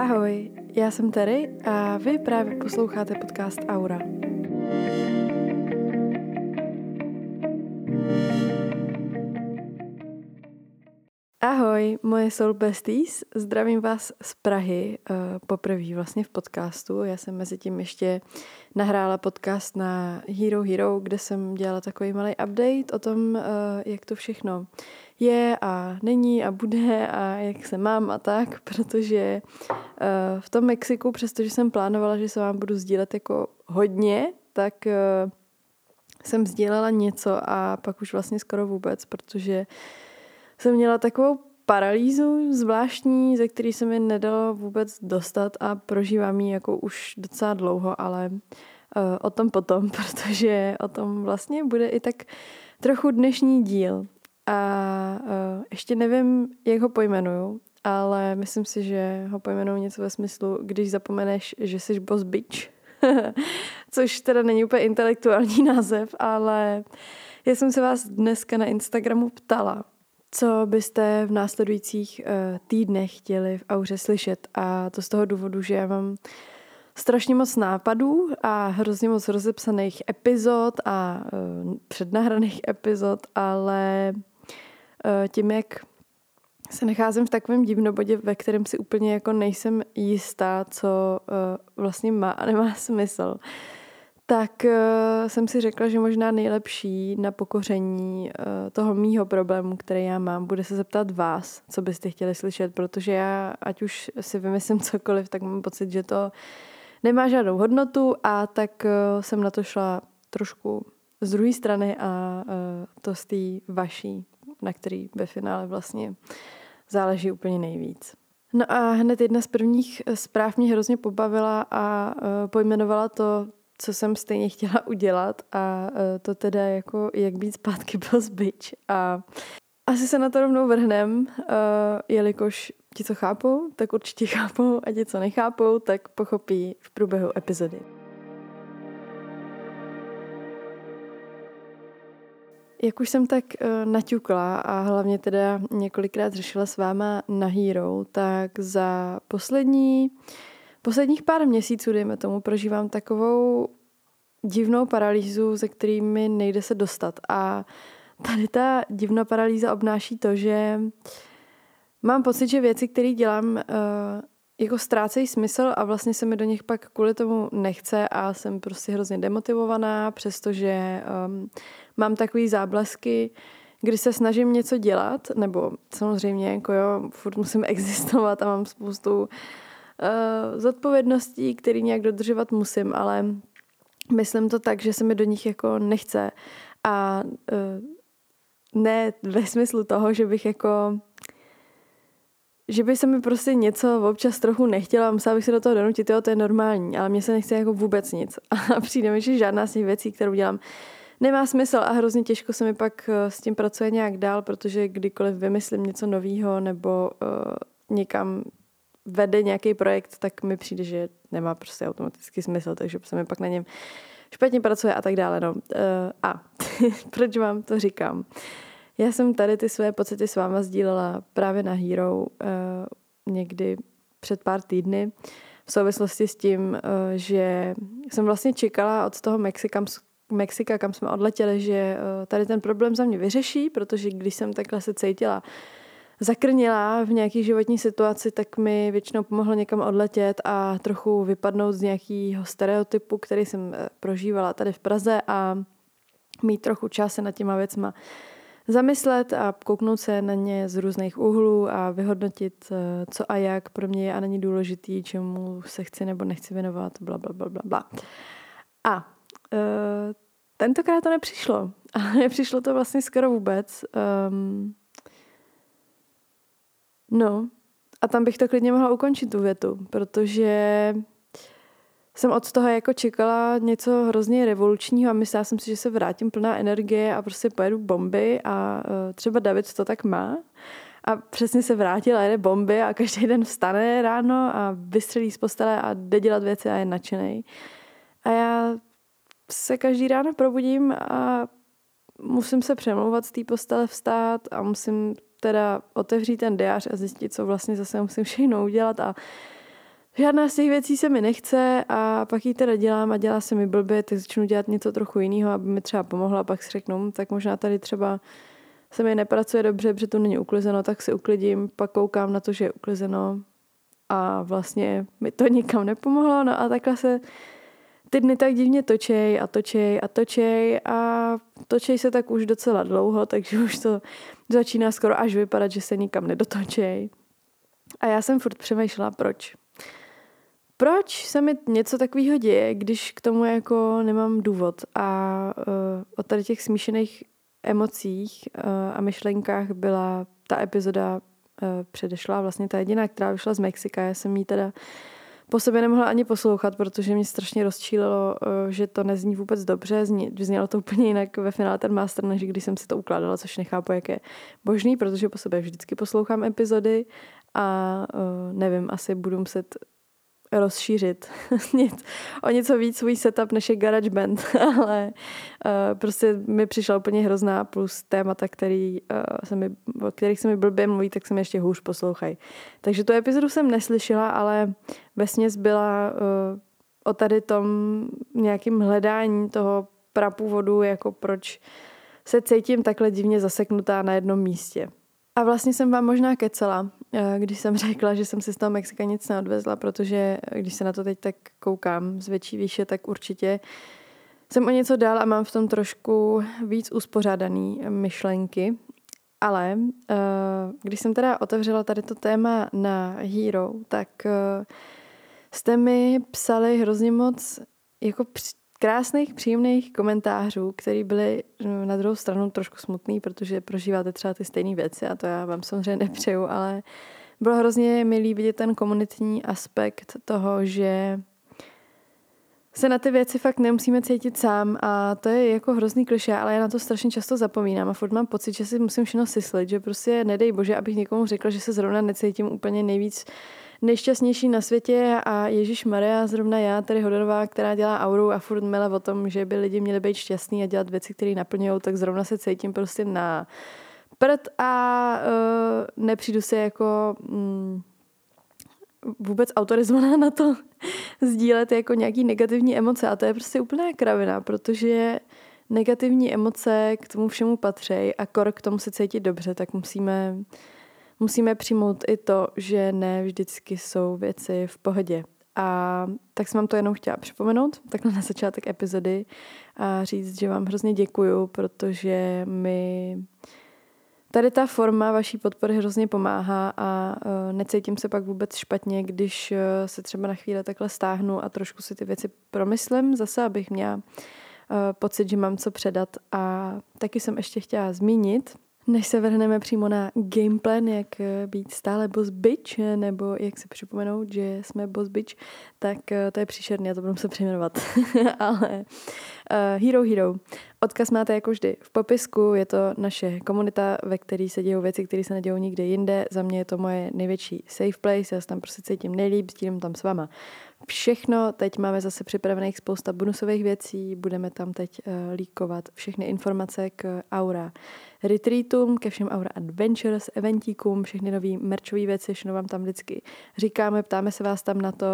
Ahoj, já jsem Terry a vy právě posloucháte podcast Aura. Ahoj, moje soul besties, zdravím vás z Prahy, poprvé vlastně v podcastu. Já jsem mezi tím ještě nahrála podcast na Hero Hero, kde jsem dělala takový malý update o tom, jak to všechno je a není a bude a jak se mám a tak, protože v tom Mexiku, přestože jsem plánovala, že se vám budu sdílet jako hodně, tak jsem sdílela něco a pak už vlastně skoro vůbec, protože jsem měla takovou paralýzu zvláštní, ze který se mi nedalo vůbec dostat a prožívám ji jako už docela dlouho, ale o tom potom, protože o tom vlastně bude i tak trochu dnešní díl. A ještě nevím, jak ho pojmenuju, ale myslím si, že ho pojmenuju něco ve smyslu, když zapomeneš, že jsi boss bitch. Což teda není úplně intelektuální název, ale já jsem se vás dneska na Instagramu ptala, co byste v následujících týdnech chtěli v Auře slyšet. A to z toho důvodu, že já mám strašně moc nápadů a hrozně moc rozepsaných epizod a přednahraných epizod, ale tím, jak se nacházím v takovém divnobodě, ve kterém si úplně jako nejsem jistá, co vlastně má a nemá smysl, tak jsem si řekla, že možná nejlepší na pokoření toho mýho problému, který já mám, bude se zeptat vás, co byste chtěli slyšet, protože já, ať už si vymyslím cokoliv, tak mám pocit, že to nemá žádnou hodnotu a tak jsem na to šla trošku z druhé strany a to z té vaší, na který ve finále vlastně záleží úplně nejvíc. No a hned jedna z prvních zpráv mě hrozně pobavila a pojmenovala to, co jsem stejně chtěla udělat a to teda jako jak být zpátky boss bitch. A asi se na to rovnou vrhnem, jelikož ti, co chápou, tak určitě chápou a ti, co nechápou, tak pochopí v průběhu epizody. Jak už jsem tak naťukla a hlavně teda několikrát řešila s váma na Hero, tak za posledních pár měsíců, dejme tomu, prožívám takovou divnou paralýzu, ze kterými nejde se dostat. A tady ta divná paralýza obnáší to, že mám pocit, že věci, které dělám, jako ztrácejí smysl a vlastně se mi do nich pak kvůli tomu nechce a jsem prostě hrozně demotivovaná, přestože mám takový záblesky, kdy se snažím něco dělat, nebo samozřejmě jako jo, furt musím existovat a mám spoustu zodpovědností, které nějak dodržovat musím, ale myslím to tak, že se mi do nich jako nechce a ne ve smyslu toho, že bych jako že by se mi prostě něco občas trochu nechtěla a musela bych se do toho donutit, jo, to je normální, ale mně se nechce jako vůbec nic. A přijde mi, že žádná z těch věcí, kterou dělám, nemá smysl a hrozně těžko se mi pak s tím pracuje nějak dál, protože kdykoliv vymyslím něco novýho nebo někam vede nějaký projekt, tak mi přijde, že nemá prostě automatický smysl, takže se mi pak na něm špatně pracuje a tak dále. No. A proč vám to říkám? Já jsem tady ty své pocity s váma sdílela právě na Hero někdy před pár týdny v souvislosti s tím, že jsem vlastně čekala od toho Mexika, kam jsme odletěli, že tady ten problém za mě vyřeší, protože když jsem takhle se cítila zakrnila v nějaký životní situaci, tak mi většinou pomohlo někam odletět a trochu vypadnout z nějakého stereotypu, který jsem prožívala tady v Praze a mít trochu čas se nad těma věcma zamyslet a kouknout se na ně z různých úhlů a vyhodnotit, co a jak pro mě je a není důležitý, čemu se chci nebo nechci věnovat, blablabla. A tentokrát to nepřišlo. A nepřišlo to vlastně skoro vůbec. No, a tam bych to klidně mohla ukončit tu větu, protože jsem od toho jako čekala něco hrozně revolučního a myslela jsem si, že se vrátím plná energie a prostě pojedu bomby a třeba David to tak má. A přesně se vrátil a jede bomby a každý den vstane ráno a vystřelí z postele a jde dělat věci a je nadšenej. A já se každý ráno probudím a musím se přemlouvat z té postele vstát a musím teda otevřít ten diář a zjistit, co vlastně zase musím všechno udělat a žádná z těch věcí se mi nechce a pak ji teda dělám a dělá se mi blbě, tak začnu dělat něco trochu jiného, aby mi třeba pomohla, pak si řeknu, tak možná tady třeba se mi nepracuje dobře, protože to není uklizeno, tak si uklidím, pak koukám na to, že je uklizeno a vlastně mi to nikam nepomohlo, no a takhle se ty dny tak divně točej a točej se tak už docela dlouho, takže už to začíná skoro až vypadat, že se nikam nedotočej. A já jsem furt přemýšlela, proč. Proč se mi něco takového děje, když k tomu jako nemám důvod a o tady těch smíšených emocích a myšlenkách byla ta epizoda předešla, vlastně ta jediná, která vyšla z Mexika. Já jsem jí teda po sobě nemohla ani poslouchat, protože mě strašně rozčílilo, že to nezní vůbec dobře, znělo to úplně jinak ve finále ten master, než když jsem si to ukládala, což nechápu, jak je božný, protože po sobě vždycky poslouchám epizody a nevím, asi budu muset rozšířit o něco víc svůj setup než je GarageBand, ale prostě mi přišla úplně hrozná plus témata, o kterých se mi blbě mluví, tak se mi ještě hůř poslouchají. Takže tu epizodu jsem neslyšela, ale vesměs byla o tady tom nějakým hledání toho prapůvodu, jako proč se cítím takhle divně zaseknutá na jednom místě. A vlastně jsem vám možná kecela, když jsem řekla, že jsem si z toho Mexika nic neodvezla, protože když se na to teď tak koukám z větší výše, tak určitě jsem o něco dál a mám v tom trošku víc uspořádaný myšlenky. Ale když jsem teda otevřela tady to téma na Hero, tak jste mi psali hrozně moc jako krásných, příjemných komentářů, které byly na druhou stranu trošku smutný, protože prožíváte třeba ty stejné věci a to já vám samozřejmě nepřeju, ale bylo hrozně milý vidět ten komunitní aspekt toho, že se na ty věci fakt nemusíme cítit sám a to je jako hrozný klišé, ale já na to strašně často zapomínám a furt mám pocit, že si musím všechno syslit, že prostě nedej bože, abych někomu řekla, že se zrovna necítím úplně nejšťastnější na světě a Ježišmarja, zrovna já, tady Hodanová, která dělá auru a furt mele o tom, že by lidi měli být šťastní a dělat věci, které naplňují, tak zrovna se cítím prostě na prd a nepřijdu se jako vůbec autorizovaná na to sdílet jako nějaký negativní emoce a to je prostě úplná kravina, protože negativní emoce k tomu všemu patří a k tomu se cítit dobře, tak musíme přijmout i to, že ne vždycky jsou věci v pohodě. A tak jsem vám to jenom chtěla připomenout, takhle na začátek epizody a říct, že vám hrozně děkuju, protože mi tady ta forma vaší podpory hrozně pomáhá a necítím se pak vůbec špatně, když se třeba na chvíli takhle stáhnu a trošku si ty věci promyslím zase, abych měla pocit, že mám co předat. A taky jsem ještě chtěla zmínit, než se vrhneme přímo na gameplan, jak být stále boss bitch, nebo jak se připomenout, že jsme boss bitch, tak to je příšerný, já to budu se přejmenovat. Ale Hero. Odkaz máte jako vždy v popisku, je to naše komunita, ve které se dějou věci, které se nedějou nikde jinde. Za mě je to moje největší safe place, já se tam prostě cítím nejlíp, sdílím tam s váma všechno. Teď máme zase připravených spousta bonusových věcí, budeme tam teď líkovat všechny informace k Aura Retreatům, ke všem Aura Adventures, eventíkům, všechny nový merčové věci, všechno vám tam vždycky říkáme, ptáme se vás tam na to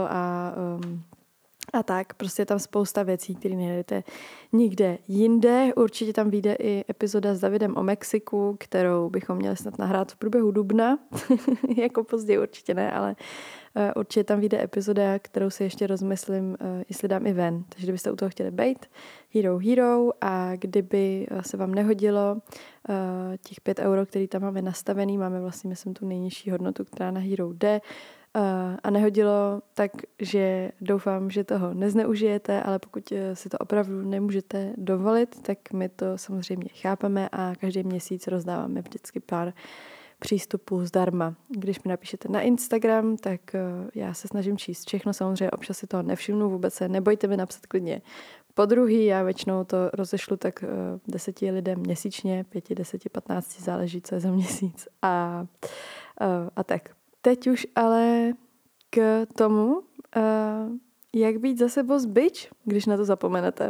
a tak, prostě je tam spousta věcí, které nejdete nikde jinde. Určitě tam vyjde i epizoda s Davidem o Mexiku, kterou bychom měli snad nahrát v průběhu dubna. Jako později určitě ne, ale určitě tam vyjde epizoda, kterou si ještě rozmyslím, jestli dám i ven. Takže kdybyste u toho chtěli být, Hero a kdyby se vám nehodilo těch 5 euro, který tam máme nastavený, máme vlastně, myslím, tu nejnižší hodnotu, která na Hero jde, a nehodilo, takže doufám, že toho nezneužijete, ale pokud si to opravdu nemůžete dovolit, tak my to samozřejmě chápeme a každý měsíc rozdáváme vždycky pár přístupů zdarma. Když mi napíšete na Instagram, tak já se snažím číst všechno, samozřejmě občas si toho nevšimnu, vůbec se nebojte mi napsat klidně podruhý, já většinou to rozešlu tak 10 lidem měsíčně, 5, 10, 15, záleží, co je za měsíc a tak. Teď už ale k tomu, jak být zase boss bitch, když na to zapomenete.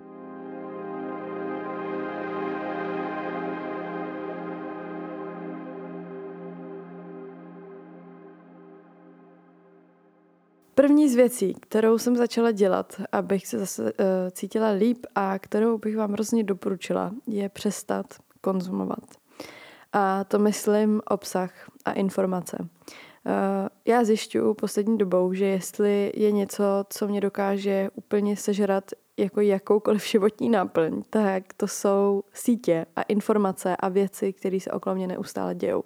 První z věcí, kterou jsem začala dělat, abych se zase cítila líp a kterou bych vám hrozně doporučila, je přestat konzumovat. A to myslím obsah a informace. Já zjišťuju poslední dobou, že jestli je něco, co mě dokáže úplně sežrat jako jakoukoliv životní náplň, tak to jsou sítě a informace a věci, které se okolo mě neustále dějou.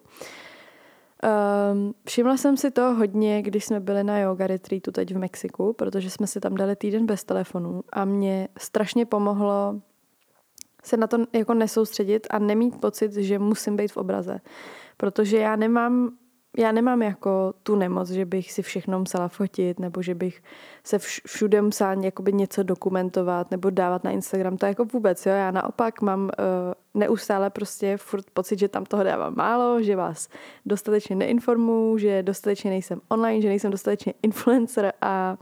Všimla jsem si to hodně, když jsme byli na yoga retreatu teď v Mexiku, protože jsme si tam dali týden bez telefonu a mě strašně pomohlo se na to jako nesoustředit a nemít pocit, že musím být v obraze. Protože já nemám jako tu nemoc, že bych si všechno musela fotit, nebo že bych se všude musela jakoby něco dokumentovat nebo dávat na Instagram. To jako vůbec, jo. Já naopak mám neustále prostě furt pocit, že tam toho dávám málo, že vás dostatečně neinformuju, že dostatečně nejsem online, že nejsem dostatečně influencer a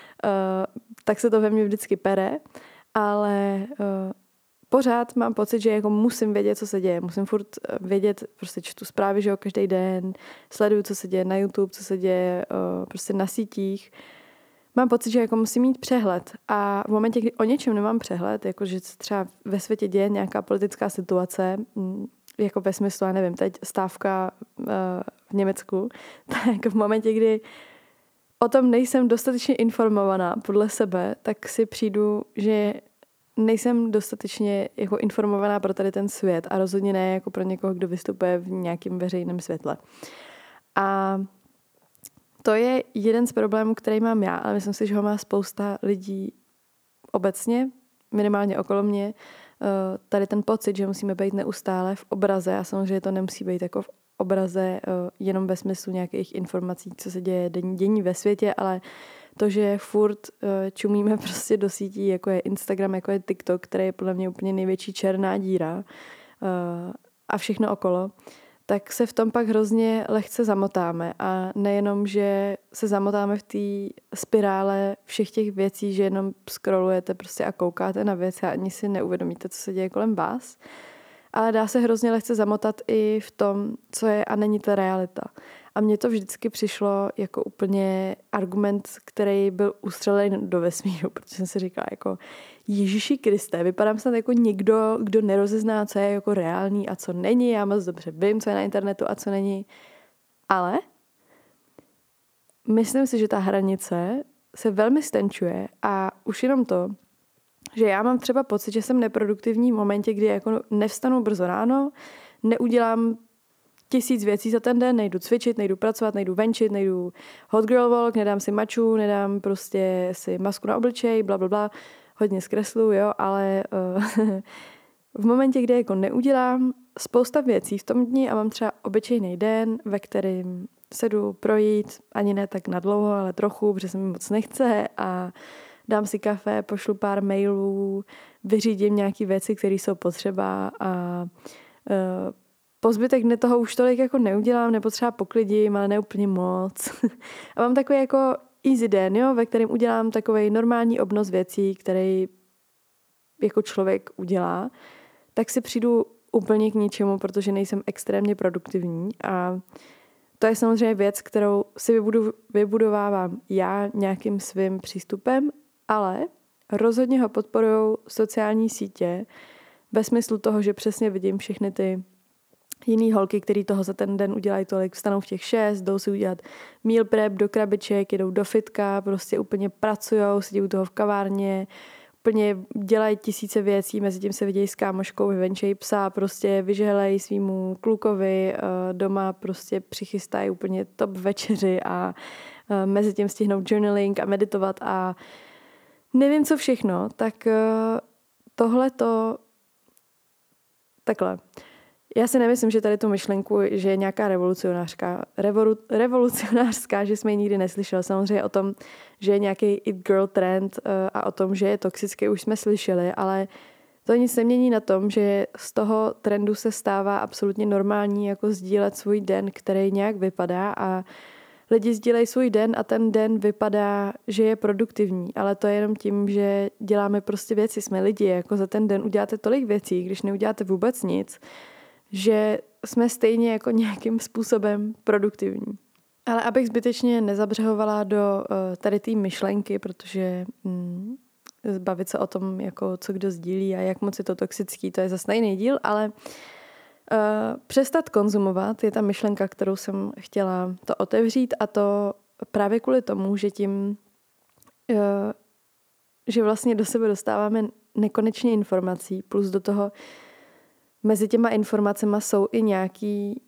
tak se to ve mně vždycky pere, ale pořád mám pocit, že jako musím vědět, co se děje. Musím furt vědět, prostě čtu zprávy, že jo, každý den, sleduju, co se děje na YouTube, co se děje prostě na sítích. Mám pocit, že jako musím mít přehled. A v momentě, kdy o něčem nemám přehled, jako že se třeba ve světě děje nějaká politická situace, jako ve smyslu, já nevím, teď stávka v Německu, tak v momentě, kdy o tom nejsem dostatečně informovaná podle sebe, tak si přijdu, že nejsem dostatečně jako informovaná pro tady ten svět a rozhodně ne jako pro někoho, kdo vystupuje v nějakém veřejném světle. A to je jeden z problémů, který mám já, ale myslím si, že ho má spousta lidí obecně, minimálně okolo mě. Tady ten pocit, že musíme být neustále v obraze a samozřejmě to nemusí být jako v obraze jenom ve smyslu nějakých informací, co se děje dění ve světě, ale to, že furt čumíme prostě do sítí, jako je Instagram, jako je TikTok, který je podle mě úplně největší černá díra a všechno okolo, tak se v tom pak hrozně lehce zamotáme. A nejenom, že se zamotáme v té spirále všech těch věcí, že jenom scrollujete prostě a koukáte na věci a ani si neuvědomíte, co se děje kolem vás, ale dá se hrozně lehce zamotat i v tom, co je a není ta realita. A mně to vždycky přišlo jako úplně argument, který byl ustřelený do vesmíru, protože jsem si říkala jako Ježíši Kriste, vypadám snad jako někdo, kdo nerozezná, co je jako reálný a co není. Já moc dobře vím, co je na internetu a co není. Ale myslím si, že ta hranice se velmi stenčuje a už jenom to, že já mám třeba pocit, že jsem neproduktivní v momentě, kdy jako nevstanu brzo ráno, neudělám 1000 věcí za ten den, nejdu cvičit, nejdu pracovat, nejdu venčit, nejdu hot girl walk, nedám si maču, nedám prostě si masku na obličej, blablabla, hodně zkreslu, jo, ale v momentě, kdy jako neudělám spousta věcí v tom dni a mám třeba obyčejný den, ve kterým se jdu projít, ani ne tak nadlouho, ale trochu, protože se mi moc nechce a dám si kafe, pošlu pár mailů, vyřídím nějaké věci, které jsou potřeba a po zbytek dne toho už tolik jako neudělám, nebo třeba poklidím, ale ne úplně moc. A mám takový jako easy den, jo, ve kterém udělám takovej normální obnos věcí, který jako člověk udělá, tak si přijdu úplně k ničemu, protože nejsem extrémně produktivní a to je samozřejmě věc, kterou si vybudovávám já nějakým svým přístupem, ale rozhodně ho podporují sociální sítě ve smyslu toho, že přesně vidím všechny ty jiný holky, který toho za ten den udělají tolik, vstanou v těch 6, jdou si udělat meal prep do krabiček, jedou do fitka, prostě úplně pracujou, sedí u toho v kavárně, úplně dělají 1000 věcí, mezi tím se vidějí s kámoškou, vyvenčejí psa, prostě vyžehlejí svýmu klukovi, doma prostě přichystají úplně top večeři a mezi tím stihnou journaling a meditovat a nevím co všechno, tak tohleto takhle. Já si nemyslím, že tady tu myšlenku, že je nějaká revolucionářská, že jsme ji nikdy neslyšeli. Samozřejmě o tom, že je nějaký it girl trend a o tom, že je toxický, už jsme slyšeli, ale to nic nemění na tom, že z toho trendu se stává absolutně normální jako sdílet svůj den, který nějak vypadá a lidi sdílejí svůj den a ten den vypadá, že je produktivní, ale to je jenom tím, že děláme prostě věci, jsme lidi, jako za ten den uděláte tolik věcí, když neuděláte vůbec nic, že jsme stejně jako nějakým způsobem produktivní. Ale abych zbytečně nezabřehovala do tady té myšlenky, protože bavit se o tom, jako co kdo sdílí a jak moc je to toxický, to je zase jiný díl, ale přestat konzumovat je ta myšlenka, kterou jsem chtěla to otevřít, a to právě kvůli tomu, že tím, že vlastně do sebe dostáváme nekonečně informací, plus do toho mezi těma informacema jsou i nějaký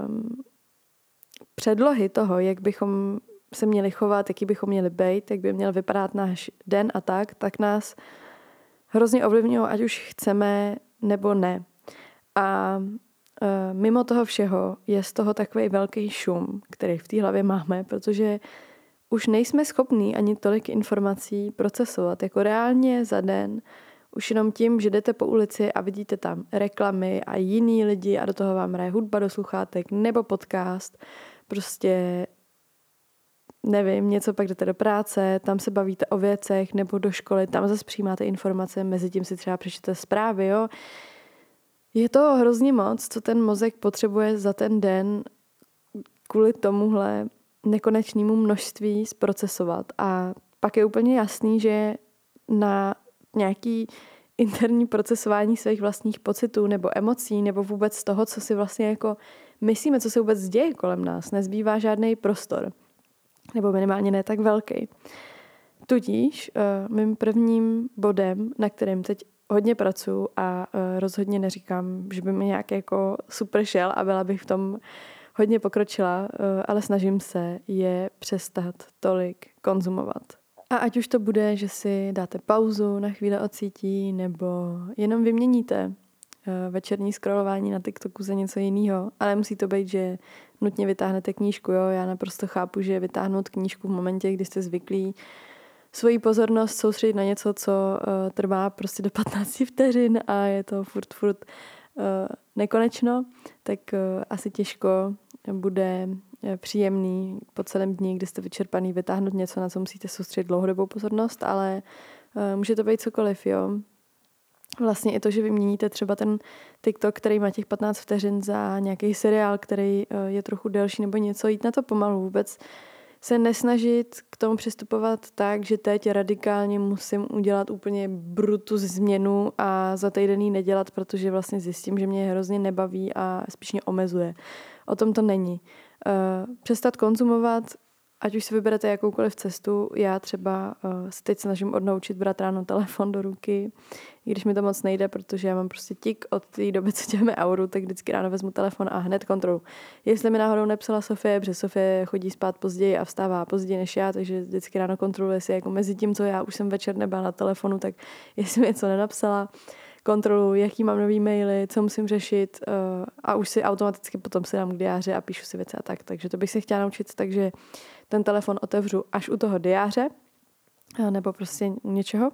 předlohy toho, jak bychom se měli chovat, jaký bychom měli být, jak by měl vypadat náš den a tak nás hrozně ovlivňují, ať už chceme nebo ne. A mimo toho všeho je z toho takový velký šum, který v té hlavě máme, protože už nejsme schopní ani tolik informací procesovat. Jako reálně za den, už jenom tím, že jdete po ulici a vidíte tam reklamy a jiný lidi a do toho vám hraje hudba do sluchátek nebo podcast, prostě nevím, něco, pak jdete do práce, tam se bavíte o věcech, nebo do školy, tam zase přijímáte informace, mezi tím si třeba přečtete zprávy, jo. Je to hrozně moc, co ten mozek potřebuje za ten den kvůli tomuhle nekonečnému množství zprocesovat. A pak je úplně jasný, že na nějaký interní procesování svých vlastních pocitů nebo emocí nebo vůbec toho, co si vlastně jako myslíme, co se vůbec děje kolem nás, nezbývá žádný prostor. Nebo minimálně ne tak velký. Tudíž mým prvním bodem, na kterém teď hodně pracuji a rozhodně neříkám, že by mi nějak jako super šel a byla bych v tom hodně pokročila, ale snažím se, je přestat tolik konzumovat. A ať už to bude, že si dáte pauzu na chvíli od sítí nebo jenom vyměníte večerní scrollování na TikToku za něco jiného, ale musí to být, že nutně vytáhnete knížku, jo, já naprosto chápu, že vytáhnout knížku v momentě, kdy jste zvyklí svoji pozornost soustředit na něco, co trvá prostě do 15 vteřin a je to furt nekonečno, tak asi těžko bude příjemný po celém dni, kdy jste vyčerpaný, vytáhnout něco, na co musíte soustředit dlouhodobou pozornost, ale může to být cokoliv, jo. Vlastně i to, že vyměníte třeba ten TikTok, který má těch 15 vteřin za nějaký seriál, který je trochu delší nebo něco, jít na to pomalu, vůbec se nesnažit k tomu přistupovat tak, že teď radikálně musím udělat úplně brutus změnu a za týden ji nedělat, protože vlastně zjistím, že mě hrozně nebaví a spíš mě omezuje. O tom to není. Přestat konzumovat, ať už si vyberete jakoukoliv cestu, já třeba se teď snažím odnaučit brát ráno telefon do ruky, i když mi to moc nejde, protože já mám prostě tik od té doby, co děláme auru, tak vždycky ráno vezmu telefon a hned kontrolu. Jestli mi náhodou nepsala Sofie, protože Sofie chodí spát později a vstává později než já, takže vždycky ráno kontroluje si jako mezi tím, co já už jsem večer nebyla na telefonu, tak jestli mi něco nenapsala, kontroluji, jaký mám nový maily, co musím řešit a už si automaticky potom si dám k diáři a píšu si věci a tak. Takže to bych se chtěla naučit, takže ten telefon otevřu až u toho diáře nebo prostě něčeho.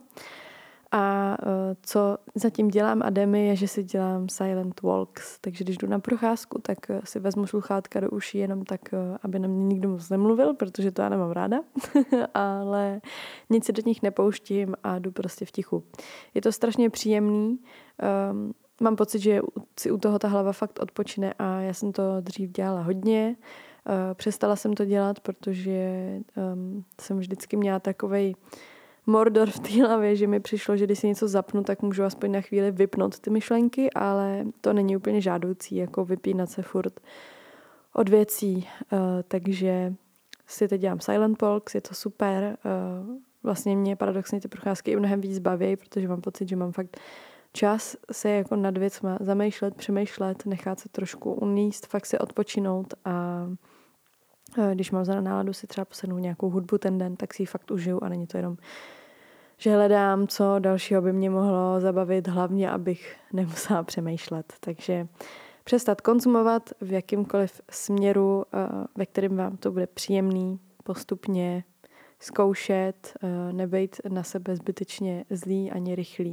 A co zatím dělám a jde mi, je, že si dělám silent walks. Takže když jdu na procházku, tak si vezmu sluchátka do uší jenom tak, aby na mě nikdo moc nemluvil, protože to já nemám ráda, ale nic si do nich nepouštím a jdu prostě v tichu. Je to strašně příjemný. Mám pocit, že si u toho ta hlava fakt odpočine a já jsem to dřív dělala hodně. Přestala jsem to dělat, protože jsem vždycky měla takovej mordor v té hlavě, že mi přišlo, že když si něco zapnu, tak můžu aspoň na chvíli vypnout ty myšlenky, ale to není úplně žádoucí, jako vypínat se furt od věcí. Takže si teď dělám silent walks, je to super. Vlastně mě paradoxně ty procházky i mnohem víc baví, protože mám pocit, že mám fakt čas se jako nad věcma zamýšlet, přemýšlet, nechat se trošku uníst, fakt si odpočinout a když mám za náladu si třeba posednout nějakou hudbu ten den, tak si ji fakt užiju a není to jenom, že hledám, co dalšího by mě mohlo zabavit, hlavně abych nemusela přemýšlet. Takže přestat konzumovat v jakýmkoliv směru, ve kterém vám to bude příjemný, postupně zkoušet, nebejt na sebe zbytečně zlý ani rychlý.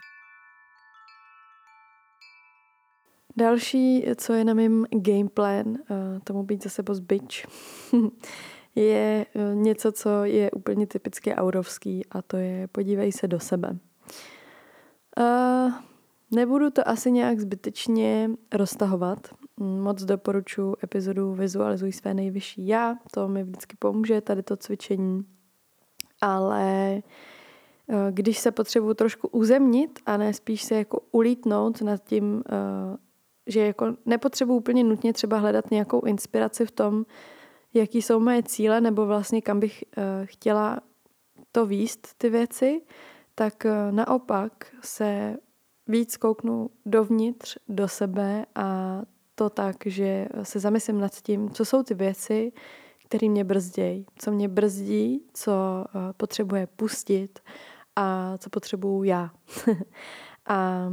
Další, co je na mém gameplan, tomu být zase boss bitch, je něco, co je úplně typicky aurovský a to je podívej se do sebe. Nebudu to asi nějak zbytečně roztahovat, moc doporučuji epizodu Vizualizuj své nejvyšší já, to mi vždycky pomůže, tady to cvičení. Ale když se potřebuji trošku uzemnit a ne spíš se jako ulítnout nad tím, že jako nepotřebuji úplně nutně třeba hledat nějakou inspiraci v tom, jaký jsou moje cíle nebo vlastně kam bych chtěla to víst ty věci, tak naopak se víc kouknu dovnitř, do sebe a to tak, že se zamyslím nad tím, co jsou ty věci, které mě brzdějí, co mě brzdí, co potřebuje pustit a co potřebuju já. A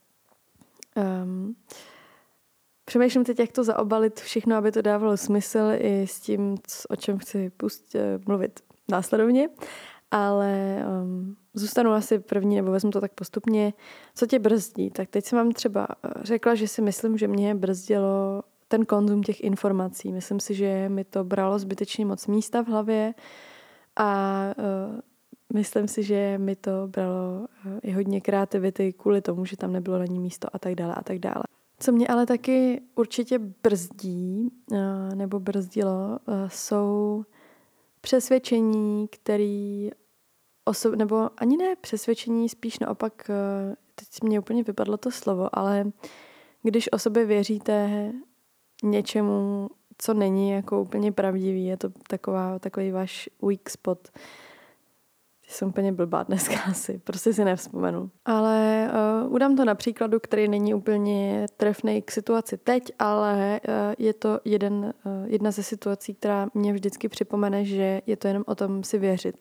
přemýšlím teď, jak to zaobalit všechno, aby to dávalo smysl i s tím, o čem chci mluvit následovně. Ale zůstanu asi první, nebo vezmu to tak postupně. Co tě brzdí? Tak teď jsem vám třeba řekla, že si myslím, že mě brzdilo ten konzum těch informací. Myslím si, že mi to bralo zbytečně moc místa v hlavě a myslím si, že mi to bralo i hodně kreativity kvůli tomu, že tam nebylo na ní místo a tak dále a tak dále. Co mě ale taky určitě brzdí nebo brzdilo, jsou přesvědčení, který nebo ani ne přesvědčení, spíš naopak, teď mě úplně vypadlo to slovo, ale když o sobě věříte něčemu, co není jako úplně pravdivý, je to takový váš weak spot. Jsem úplně blbá dneska asi, prostě si nevzpomenu. Ale udám to na příkladu, který není úplně trefnej k situaci teď, ale je to jedna ze situací, která mě vždycky připomene, že je to jenom o tom si věřit.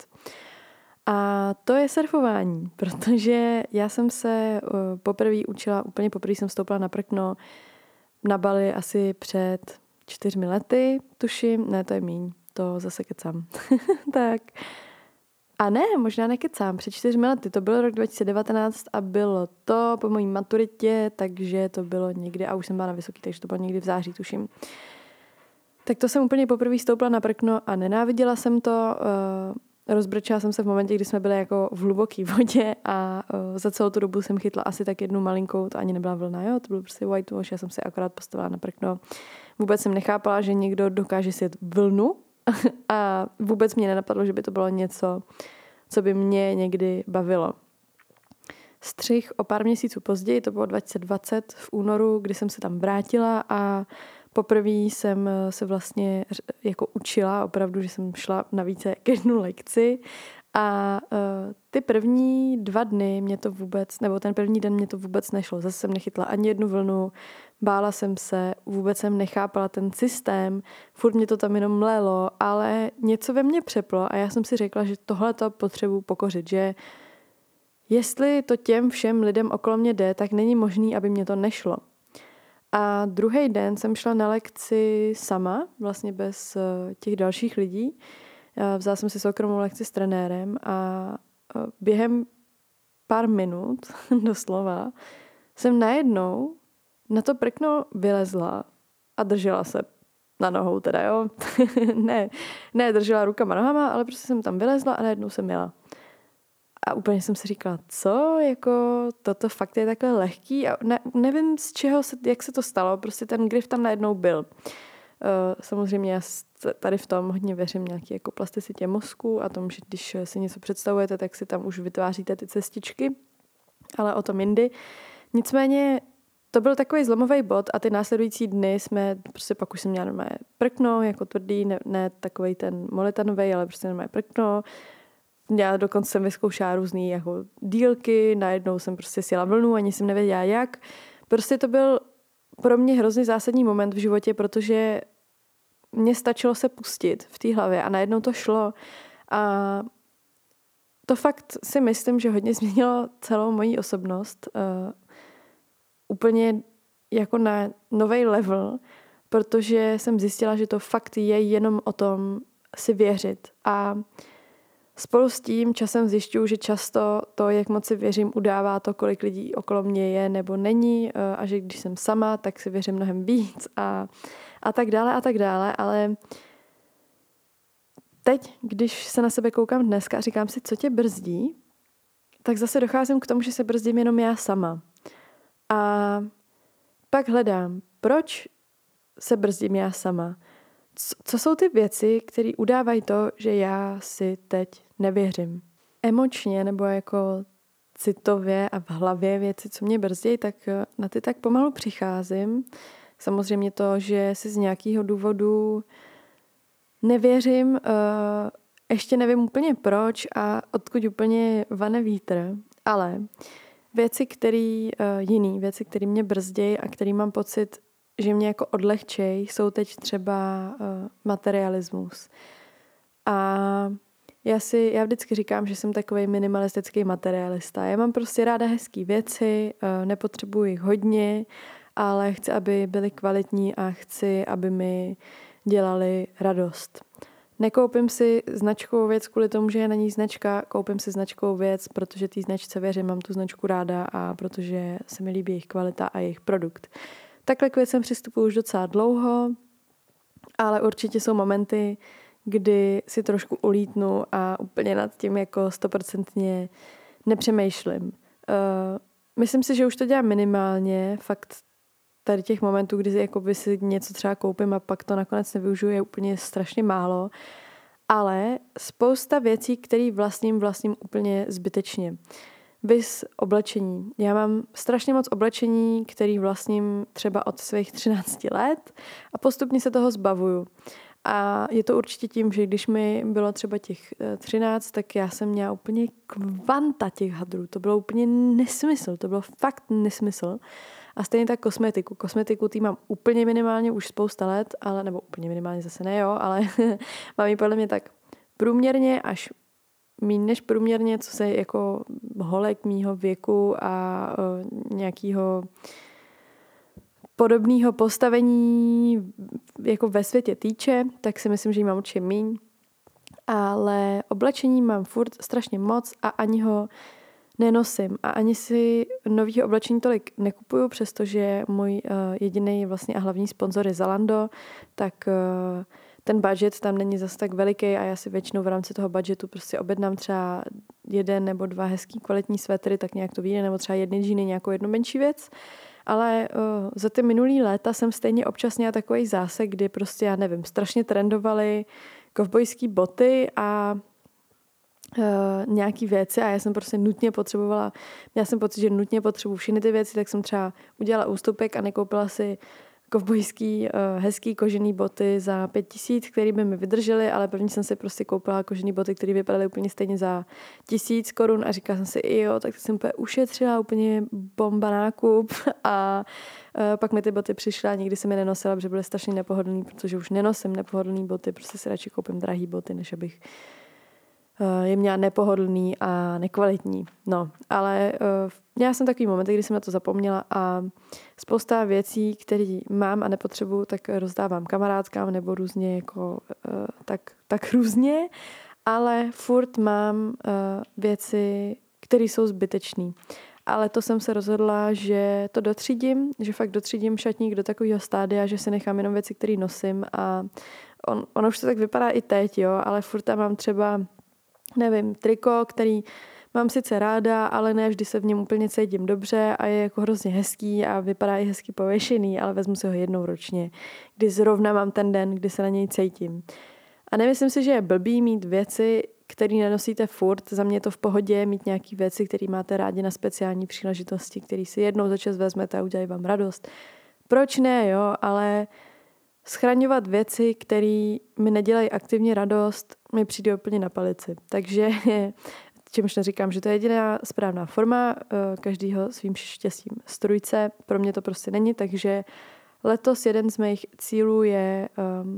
A to je surfování, protože já jsem se úplně poprvé jsem vstoupila na prkno na Bali asi před 4 lety, tuším, ne, to je míň, to zase kecám. Tak. A ne, možná nekecám, před 4 lety, to byl rok 2019 a bylo to po mojí maturitě, takže to bylo někdy, a už jsem byla na vysoký, takže to bylo někdy v září, tuším. Tak to jsem úplně poprvé stoupla na prkno a nenáviděla jsem to, rozbrčela jsem se v momentě, kdy jsme byli jako v hluboké vodě a za celou tu dobu jsem chytla asi tak jednu malinkou, to ani nebyla vlna, jo, to byl prostě whitewash, já jsem si akorát postavila na prkno. Vůbec jsem nechápala, že někdo dokáže sjet vlnu a vůbec mě nenapadlo, že by to bylo něco, co by mě někdy bavilo. Střih o pár měsíců později, to bylo 2020 v únoru, kdy jsem se tam vrátila a poprvé jsem se vlastně jako učila, opravdu, že jsem šla na více jak jednu lekci a ty první 2 dny mě to vůbec, nebo ten první den mě to vůbec nešlo. Zase jsem nechytla ani jednu vlnu, bála jsem se, vůbec jsem nechápala ten systém, furt mě to tam jenom mlelo, ale něco ve mně přeplo a já jsem si řekla, že tohle to potřebuji pokořit, že jestli to těm všem lidem okolo mě jde, tak není možný, aby mě to nešlo. A druhý den jsem šla na lekci sama, vlastně bez těch dalších lidí. Vzala jsem si soukromou lekci s trenérem a během pár minut, doslova, jsem najednou na to prkno vylezla a držela se na nohou teda, jo. ne, držela rukama, nohama, ale prostě jsem tam vylezla a najednou jsem jela. A úplně jsem si říkala, co, jako toto fakt je takhle lehký a nevím z čeho, jak se to stalo, prostě ten grif tam najednou byl. Samozřejmě já tady v tom hodně věřím nějaký jako plasticitě mozku a tomu, že když si něco představujete, tak si tam už vytváříte ty cestičky, ale o tom jindy. Nicméně to byl takový zlomový bod a ty následující dny jsme, prostě pak už jsem měla normálně prkno, jako tvrdý, ne takovej ten molitanovej, ale prostě normálně prkno. Já dokonce jsem vyzkoušela různý jako dílky, najednou jsem prostě sjela vlnu, ani jsem nevěděla jak. Prostě to byl pro mě hrozně zásadní moment v životě, protože mně stačilo se pustit v té hlavě a najednou to šlo. A to fakt si myslím, že hodně změnilo celou moji osobnost. Úplně jako na nový level, protože jsem zjistila, že to fakt je jenom o tom si věřit. A spolu s tím časem zjišťuju, že často to, jak moc si věřím, udává to, kolik lidí okolo mě je nebo není a že když jsem sama, tak si věřím mnohem víc a tak dále, ale teď, když se na sebe koukám dneska a říkám si, co tě brzdí, tak zase docházím k tomu, že se brzdím jenom já sama. A pak hledám, proč se brzdím já sama? Co jsou ty věci, které udávají to, že já si teď nevěřím? Emočně nebo jako citově a v hlavě věci, co mě brzdí, tak na ty tak pomalu přicházím. Samozřejmě to, že si z nějakého důvodu nevěřím, ještě nevím úplně proč a odkud úplně vane vítr, ale jiný věci, které mě brzdějí a které mám pocit, že mě jako odlehčej, jsou teď třeba materialismus. A já vždycky říkám, že jsem takovej minimalistický materialista. Já mám prostě ráda hezký věci, nepotřebuji jich hodně, ale chci, aby byly kvalitní a chci, aby mi dělali radost. Nekoupím si značkovou věc kvůli tomu, že je na ní značka, koupím si značkovou věc, protože té značce věřím, mám tu značku ráda a protože se mi líbí jejich kvalita a jejich produkt. Takhle k věcem přistupuji už docela dlouho, ale určitě jsou momenty, kdy si trošku ulítnu a úplně nad tím jako 100% nepřemýšlím. Myslím si, že už to dělám minimálně, fakt tady těch momentů, kdy si něco třeba koupím a pak to nakonec nevyužiju, je úplně strašně málo, ale spousta věcí, které vlastním úplně zbytečně. Vys oblečení. Já mám strašně moc oblečení, který vlastním třeba od svých 13 let a postupně se toho zbavuju. A je to určitě tím, že když mi bylo třeba těch 13, tak já jsem měla úplně kvanta těch hadrů. To bylo úplně nesmysl, to bylo fakt nesmysl. A stejně tak kosmetiku. Kosmetiku tý mám úplně minimálně už spousta let, nebo úplně minimálně zase ne, jo, ale mám ji podle mě tak průměrně až míň než průměrně, co se jako holek mýho věku a nějakého podobného postavení jako ve světě týče, tak si myslím, že jí mám určitě míň. Ale oblečení mám furt strašně moc a ani ho nenosím. A ani si novýho oblečení tolik nekupuju, přestože můj jediný vlastně a hlavní sponzor je Zalando, tak ten budget tam není zase tak veliký a já si většinou v rámci toho budgetu prostě objednám třeba 1 nebo 2 hezký kvalitní svetry, tak nějak to vyjde, nebo třeba jedny džíny, nějakou jednu menší věc. Ale za ty minulý léta jsem stejně občas měla takový zásek, kdy prostě, já nevím, strašně trendovaly kovbojský boty a nějaký věci a já jsem prostě měla jsem pocit, že nutně potřebuji všechny ty věci, tak jsem třeba udělala ústupek a nekoupila si kovbojský hezký kožený boty za 5 000, které by mi vydržely, ale první jsem si prostě koupila kožený boty, které vypadaly úplně stejně za 1 000 korun a říkala jsem si, jo, tak jsem úplně ušetřila, úplně bomba nákup a pak mi ty boty přišly a nikdy jsem je nenosila, protože byly strašně nepohodlný, protože už nenosím nepohodlný boty, prostě si radši koupím drahý boty, než abych je měla nepohodlný a nekvalitní. No, ale měla jsem takový moment, kdy jsem na to zapomněla a spousta věcí, které mám a nepotřebuju, tak rozdávám kamarádkám nebo různě jako tak různě, ale furt mám věci, které jsou zbytečné. Ale to jsem se rozhodla, že to dotřídím, že fakt dotřídím šatník do takového stádia, že si nechám jenom věci, které nosím a ono už to tak vypadá i teď, jo, ale furt tam mám třeba nevím, triko, který mám sice ráda, ale ne vždy se v něm úplně cítím dobře a je jako hrozně hezký a vypadá i hezky pověšený, ale vezmu si ho jednou ročně, kdy zrovna mám ten den, kdy se na něj cítím. A nemyslím si, že je blbý mít věci, které nenosíte furt. Za mě je to v pohodě mít nějaké věci, které máte rádi na speciální příležitosti, které si jednou za čas vezmete a udělají vám radost. Proč ne, jo, ale schraňovat věci, které mi nedělají aktivně radost, mi přijde úplně na palici. Takže čímž neříkám, že to je jediná správná forma, každýho svým štěstím strujce. Pro mě to prostě není, takže letos jeden z mých cílů je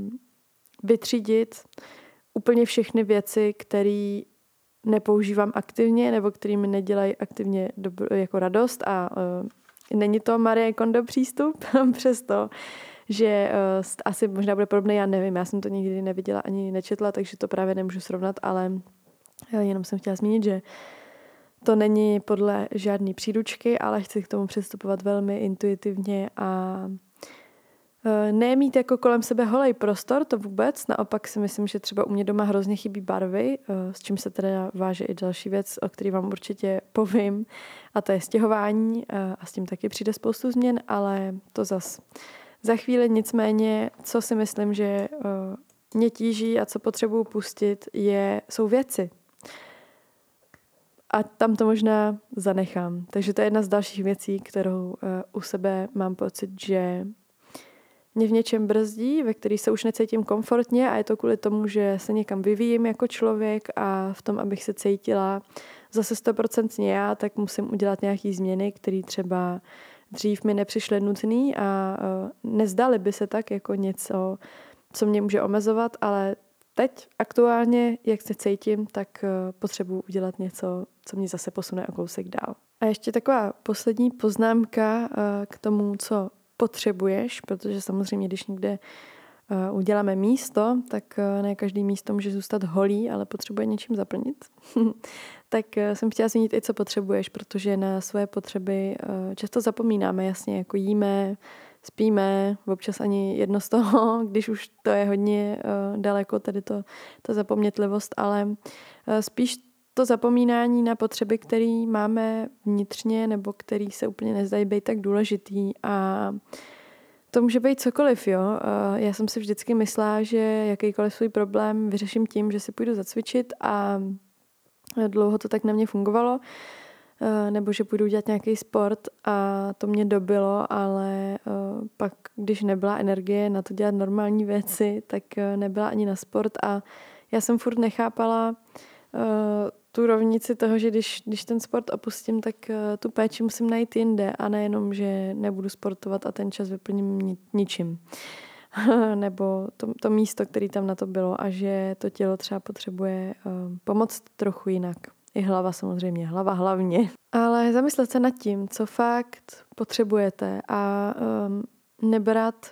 vytřídit úplně všechny věci, které nepoužívám aktivně nebo které mi nedělají aktivně jako radost a není to Marie Kondo přístup, přesto že asi možná bude podobný, já nevím, já jsem to nikdy neviděla ani nečetla, takže to právě nemůžu srovnat, ale jenom jsem chtěla zmínit, že to není podle žádný příručky, ale chci k tomu přistupovat velmi intuitivně a nemít jako kolem sebe holej prostor, to vůbec, naopak si myslím, že třeba u mě doma hrozně chybí barvy, s čím se teda váže i další věc, o který vám určitě povím, a to je stěhování a s tím taky přijde spoustu změn, ale to zas Za chvíli nicméně, co si myslím, že mě tíží a co potřebuju pustit, jsou věci. A tam to možná zanechám. Takže to je jedna z dalších věcí, kterou u sebe mám pocit, že mě v něčem brzdí, ve který se už necítím komfortně a je to kvůli tomu, že se někam vyvíjím jako člověk a v tom, abych se cítila zase 100% já, tak musím udělat nějaké změny, které třeba dřív mi nepřišly nutný a nezdaly by se tak jako něco, co mě může omezovat, ale teď aktuálně, jak se cítím, tak potřebuji udělat něco, co mě zase posune o kousek dál. A ještě taková poslední poznámka k tomu, co potřebuješ, protože samozřejmě, když někde uděláme místo, tak ne každý místo může zůstat holý, ale potřebuje něčím zaplnit. Tak jsem chtěla zmínit i, co potřebuješ, protože na svoje potřeby často zapomínáme, jasně, jako jíme, spíme, občas ani jedno z toho, když už to je hodně daleko, tady ta zapomnětlivost, ale spíš to zapomínání na potřeby, které máme vnitřně nebo které se úplně nezdají být tak důležitý a to může být cokoliv, jo. Já jsem si vždycky myslela, že jakýkoliv svůj problém vyřeším tím, že si půjdu zacvičit a dlouho to tak na mě fungovalo, nebo že půjdu dělat nějaký sport a to mě dobilo, ale pak, když nebyla energie na to dělat normální věci, tak nebyla ani na sport a já jsem furt nechápala tu rovnici toho, že když ten sport opustím, tak tu péči musím najít jinde a nejenom, že nebudu sportovat a ten čas vyplním ničím. Nebo to místo, které tam na to bylo a že to tělo třeba potřebuje pomoct trochu jinak. I hlava samozřejmě, hlava hlavně. Ale zamyslet se nad tím, co fakt potřebujete a nebrat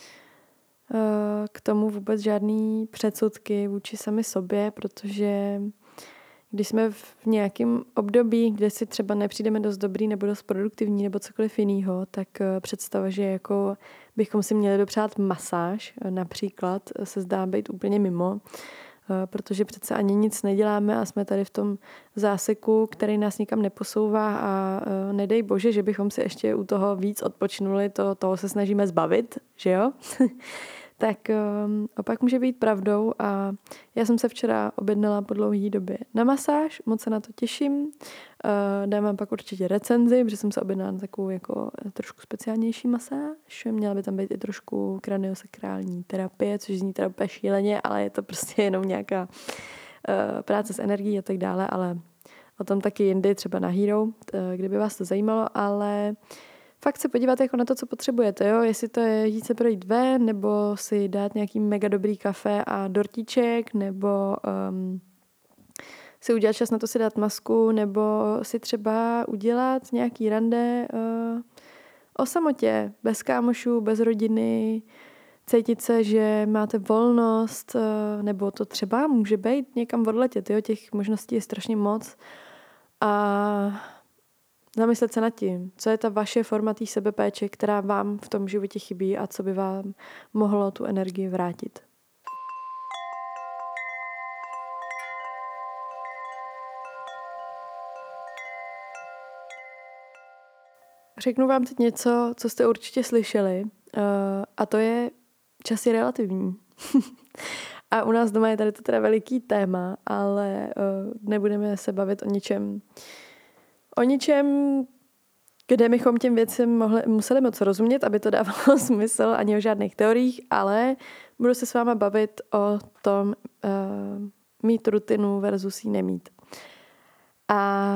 k tomu vůbec žádný předsudky vůči sami sobě, protože když jsme v nějakém období, kde si třeba nepřijdeme dost dobrý nebo dost produktivní nebo cokoliv jiného, tak představa, že jako bychom si měli dopřát masáž, například, se zdá být úplně mimo, protože přece ani nic neděláme a jsme tady v tom záseku, který nás nikam neposouvá a nedej bože, že bychom si ještě u toho víc odpočnuli, toho se snažíme zbavit, že jo? Tak opak může být pravdou a já jsem se včera objednala po dlouhé době na masáž, moc se na to těším. Dám vám pak určitě recenzi, protože jsem se objednala na takovou jako trošku speciálnější masáž. Měla by tam být i trošku kraniosakrální terapie, což zní teda úplně šíleně, ale je to prostě jenom nějaká práce s energií a tak dále, ale o tom taky jindy, třeba na Hero, kdyby vás to zajímalo, ale fakt se podívat jako na to, co potřebujete, jo? Jestli to je jít se projít ven, nebo si dát nějaký mega dobrý kafe a dortíček, nebo si udělat čas na to si dát masku, nebo si třeba udělat nějaký rande o samotě, bez kámošů, bez rodiny, cítit se, že máte volnost, nebo to třeba může být někam odletět, jo? Těch možností je strašně moc a zamyslet se nad tím, co je ta vaše forma té sebepéče, která vám v tom životě chybí a co by vám mohlo tu energii vrátit. Řeknu vám teď něco, co jste určitě slyšeli, a to je čas je relativní. A u nás doma je tady to teda veliký téma, ale nebudeme se bavit o ničem, kde bychom těm věcem museli moc rozumět, aby to dávalo smysl, ani o žádných teoriích, ale budu se s váma bavit o tom mít rutinu versus jí nemít. A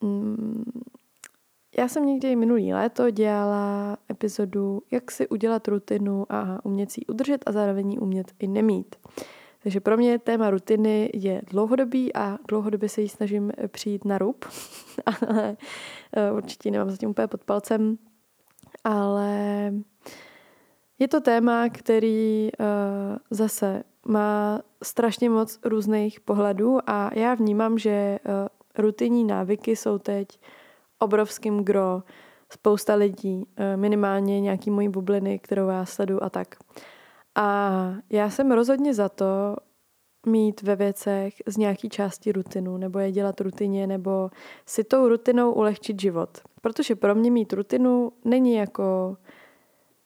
já jsem někdy minulý léto dělala epizodu, jak si udělat rutinu a umět si ji udržet a zároveň ji umět i nemít. Takže pro mě téma rutiny je dlouhodobý a dlouhodobě se jí snažím přijít na rub, ale určitě nemám zatím úplně pod palcem, ale je to téma, který zase má strašně moc různých pohledů a já vnímám, že rutinní návyky jsou teď obrovským gro spousta lidí, minimálně nějaký mojí bubliny, kterou já sleduju a tak. A já jsem rozhodně za to mít ve věcech z nějaký části rutinu, nebo je dělat rutině, nebo si tou rutinou ulehčit život. Protože pro mě mít rutinu není jako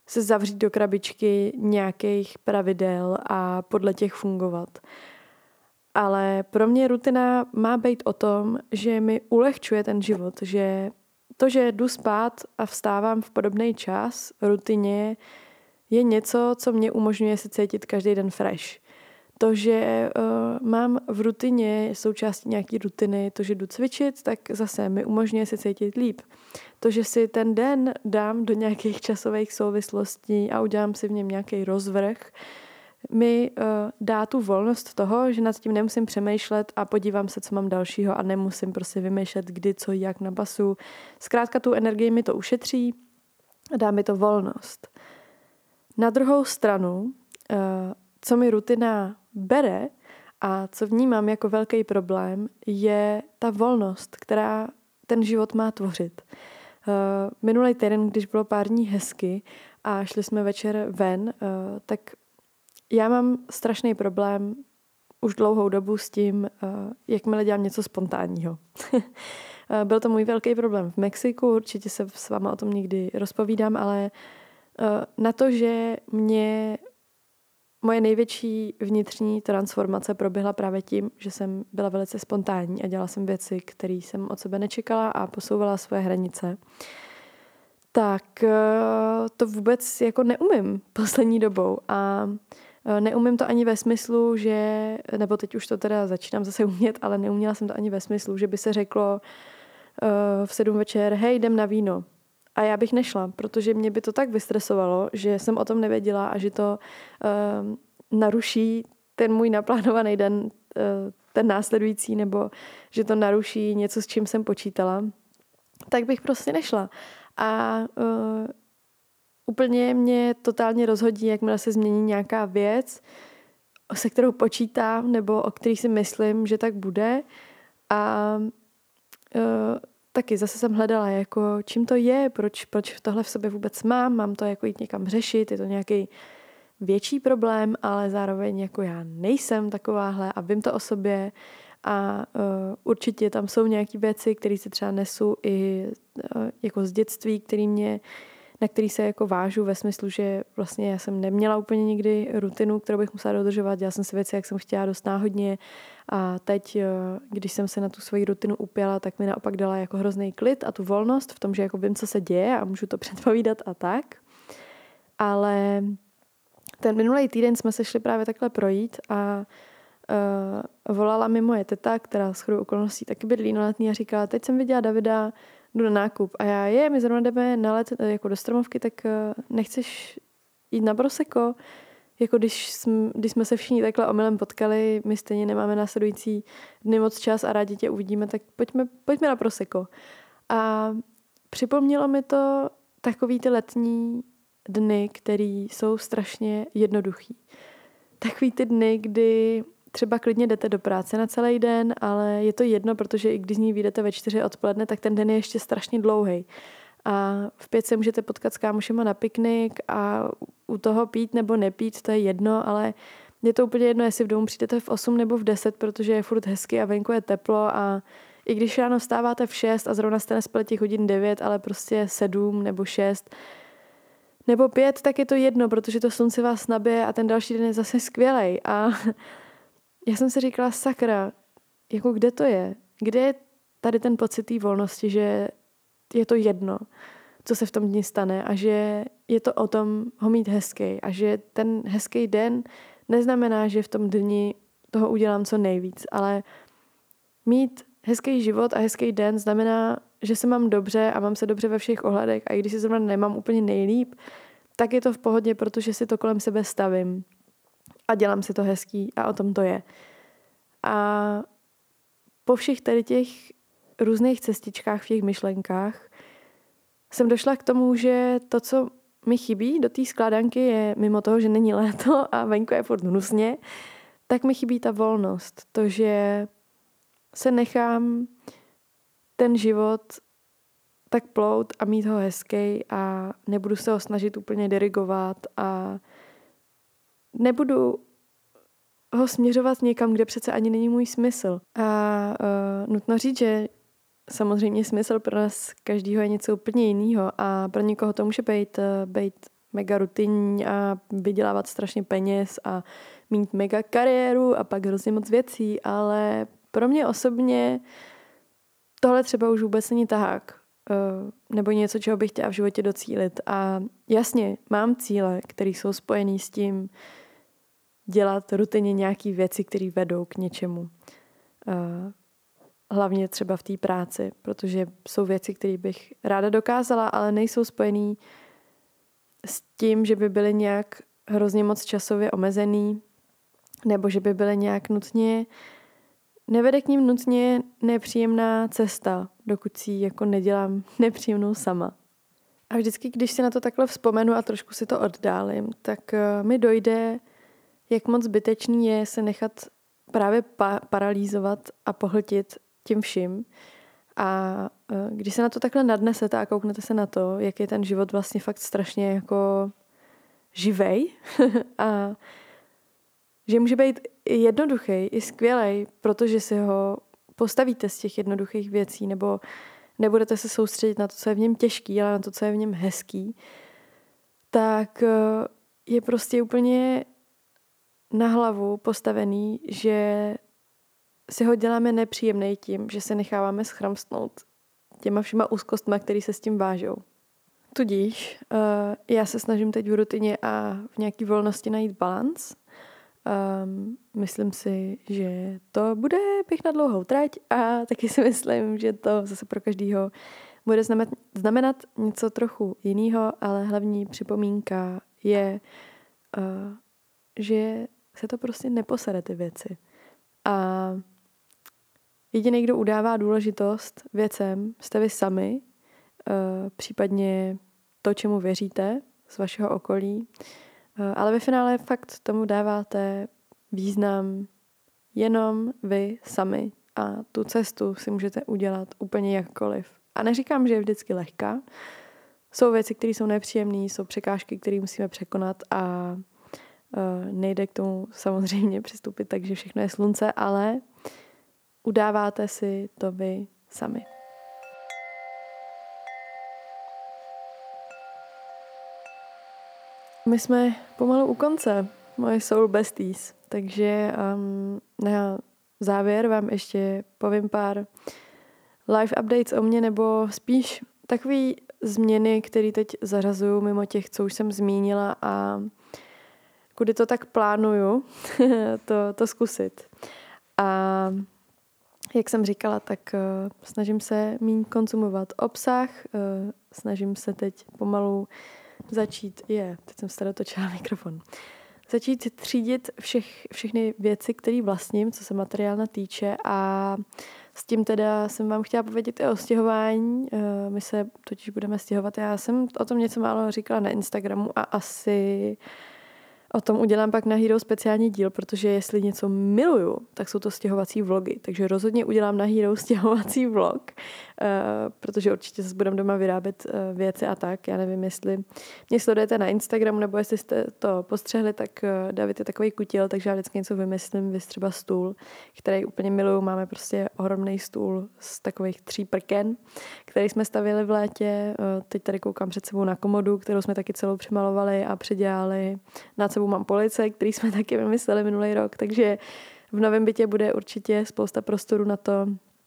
se zavřít do krabičky nějakých pravidel a podle těch fungovat. Ale pro mě rutina má být o tom, že mi ulehčuje ten život, že to, že jdu spát a vstávám v podobný čas rutině, je něco, co mě umožňuje se cítit každý den fresh. To, že mám v rutině součástí nějaký rutiny, to, že jdu cvičit, tak zase mi umožňuje se cítit líp. To, že si ten den dám do nějakých časových souvislostí a udělám si v něm nějaký rozvrh, mi dá tu volnost toho, že nad tím nemusím přemýšlet a podívám se, co mám dalšího a nemusím prostě vymýšlet, kdy, co, jak na basu. Zkrátka tu energii mi to ušetří a dá mi to volnost. Na druhou stranu, co mi rutina bere a co vnímám jako velký problém, je ta volnost, která ten život má tvořit. Minulý týden, když bylo pár dní hezky a šli jsme večer ven, tak já mám strašný problém už dlouhou dobu s tím, jakmile dělám něco spontánního. Byl to můj velký problém v Mexiku, určitě se s váma o tom někdy rozpovídám, ale na to, že moje největší vnitřní transformace proběhla právě tím, že jsem byla velice spontánní a dělala jsem věci, které jsem od sebe nečekala a posouvala svoje hranice. Tak to vůbec jako neumím poslední dobou a neumím to ani ve smyslu, že, nebo teď už to teda začínám zase umět, ale neuměla jsem to ani ve smyslu, že by se řeklo v 7 večer, hej, jdem na víno. A já bych nešla, protože mě by to tak vystresovalo, že jsem o tom nevěděla a že to naruší ten můj naplánovaný den, ten následující, nebo že to naruší něco, s čím jsem počítala, tak bych prostě nešla. A úplně mě totálně rozhodí, jakmile se změní nějaká věc, se kterou počítám, nebo o který si myslím, že tak bude. A taky zase jsem hledala, jako čím to je, proč tohle v sobě vůbec mám to jako jít někam řešit, je to nějaký větší problém, ale zároveň jako já nejsem takováhle a vím to o sobě a určitě tam jsou nějaké věci, které si třeba nesu i jako z dětství, na který se jako vážu ve smyslu, že vlastně já jsem neměla úplně nikdy rutinu, kterou bych musela dodržovat, dělala jsem si věci, jak jsem chtěla, dost náhodně a teď, když jsem se na tu svoji rutinu upěla, tak mi naopak dala jako hrozný klid a tu volnost v tom, že jako vím, co se děje a můžu to předpovídat a tak. Ale ten minulý týden jsme se šli právě takhle projít a volala mi moje teta, která shodou okolností taky bydlí na Letný a říkala, teď jsem viděla Davida, jdu na nákup. A my zrovna jdeme na let jako do Stromovky, tak nechceš jít na Prosecco? Jako když jsme se všichni takhle omylem potkali, my stejně nemáme následující dny moc čas a rádi tě uvidíme, tak pojďme na Prosecco. A připomnělo mi to takový ty letní dny, který jsou strašně jednoduchý. Takový ty dny, kdy třeba klidně jdete do práce na celý den, ale je to jedno, protože i když z ní vyjdete ve 4 odpoledne, tak ten den je ještě strašně dlouhý. A v 5 se můžete potkat s kámošema na piknik a u toho pít nebo nepít, to je jedno, ale je to úplně jedno, jestli v domu přijdete v 8 nebo v 10, protože je furt hezky a venku je teplo a i když ráno vstáváte v 6 a zrovna jste nespali těch hodin 9, ale prostě 7 nebo 6 nebo 5, tak je to jedno, protože to slunce vás nabije a ten další den je zase skvělej. A já jsem si říkala, sakra, jako kde to je? Kde je tady ten pocit té volnosti, že je to jedno, co se v tom dni stane a že je to o tom ho mít hezký a že ten hezký den neznamená, že v tom dni toho udělám co nejvíc, ale mít hezký život a hezký den znamená, že se mám dobře a mám se dobře ve všech ohledech a i když si zrovna nemám úplně nejlíp, tak je to v pohodě, protože si to kolem sebe stavím a dělám si to hezký a o tom to je. A po všech tady těch různých cestičkách v těch myšlenkách jsem došla k tomu, že to, co mi chybí do té skládanky je, mimo toho, že není léto a venku je furt hnusně, tak mi chybí ta volnost. To, že se nechám ten život tak plout a mít ho hezký a nebudu se ho snažit úplně dirigovat a nebudu ho směřovat někam, kde přece ani není můj smysl. A nutno říct, že samozřejmě smysl pro nás každýho je něco úplně jiného a pro někoho to může být mega rutinní a vydělávat strašně peněz a mít mega kariéru a pak hrozně moc věcí, ale pro mě osobně tohle třeba už vůbec není tahák. Nebo něco, čeho bych chtěla v životě docílit. A jasně, mám cíle, které jsou spojené s tím dělat rutině nějaké věci, které vedou k něčemu. Hlavně třeba v té práci, protože jsou věci, které bych ráda dokázala, ale nejsou spojený s tím, že by byly nějak hrozně moc časově omezený, nebo že by byly nějak nutně, nevede k ním nutně nepříjemná cesta, dokud si ji jako nedělám nepříjemnou sama. A vždycky, když si na to takhle vzpomenu a trošku si to oddálím, tak mi dojde, jak moc zbytečný je se nechat právě paralýzovat a pohltit tím vším. A když se na to takhle nadnesete a kouknete se na to, jak je ten život vlastně fakt strašně jako živej a že může být jednoduchý i skvělej, protože si ho postavíte z těch jednoduchých věcí nebo nebudete se soustředit na to, co je v něm těžký, ale na to, co je v něm hezký, tak je prostě úplně na hlavu postavený, že si ho děláme nepříjemnej tím, že se necháváme schramstnout těma všema úzkostma, které se s tím vážou. Tudíž já se snažím teď v rutině a v nějaký volnosti najít balans. Myslím si, že to bude běh na dlouhou trať a taky si myslím, že to zase pro každýho bude znamenat něco trochu jiného, ale hlavní připomínka je, že se to prostě neposede ty věci. A jediný, kdo udává důležitost věcem, jste vy sami, případně to, čemu věříte z vašeho okolí. Ale ve finále fakt tomu dáváte význam jenom vy sami a tu cestu si můžete udělat úplně jakkoliv. A neříkám, že je vždycky lehká. Jsou věci, které jsou nepříjemné, jsou překážky, které musíme překonat a nejde k tomu samozřejmě přistoupit tak, že všechno je slunce, ale udáváte si to vy sami. My jsme pomalu u konce, moje soul besties, takže na závěr vám ještě povím pár live updates o mě, nebo spíš takový změny, které teď zařazuju mimo těch, co už jsem zmínila a kudy to tak plánuju to zkusit. A jak jsem říkala, tak snažím se míň konzumovat obsah, snažím se teď pomalu teď jsem se dotočila mikrofon. Začít třídit všechny věci, které vlastním, co se materiálna týče a s tím teda jsem vám chtěla povědět i o stěhování. My se totiž budeme stěhovat. Já jsem o tom něco málo říkala na Instagramu a asi o tom udělám pak na Hero speciální díl, protože jestli něco miluju, tak jsou to stěhovací vlogy. Takže rozhodně udělám na Hero stěhovací vlog, protože určitě zase budeme doma vyrábět věci a tak. Já nevím, jestli mě sledujete na Instagramu, nebo jestli jste to postřehli, tak David je takový kutil, takže já vždycky něco vymyslím, třeba stůl, který úplně miluju. Máme prostě ohromný stůl z takových 3 prken, který jsme stavili v létě. Teď tady koukám před sebou na komodu, kterou jsme taky celou přemalovali a předělali. Nad sebou mám police, který jsme taky vymysleli minulý rok, takže v novém bytě bude určitě spousta prostoru na to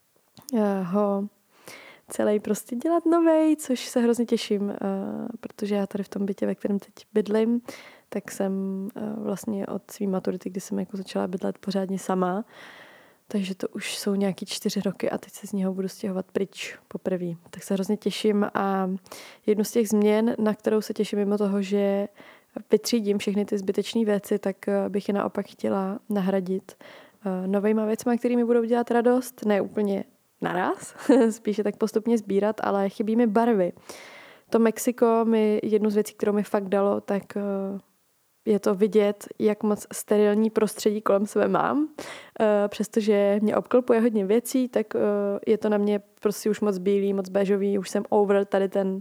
ho celý prostě dělat novej, což se hrozně těším, protože já tady v tom bytě, ve kterém teď bydlím, tak jsem vlastně od své maturity, kdy jsem jako začala bydlet pořádně sama, takže to už jsou nějaký 4 roky a teď se z něho budu stěhovat pryč poprvé. Tak se hrozně těším a jednu z těch změn, na kterou se těším mimo toho, že vytřídím všechny ty zbytečné věci, tak bych je naopak chtěla nahradit novejma věcma, kterými budou dělat radost. Ne úplně naraz, spíše tak postupně sbírat, ale chybí mi barvy. To Mexiko mi jednu z věcí, kterou mi fakt dalo, tak je to vidět, jak moc sterilní prostředí kolem sebe mám. Přestože mě obklopuje hodně věcí, tak je to na mě prostě už moc bílý, moc béžový, už jsem over tady ten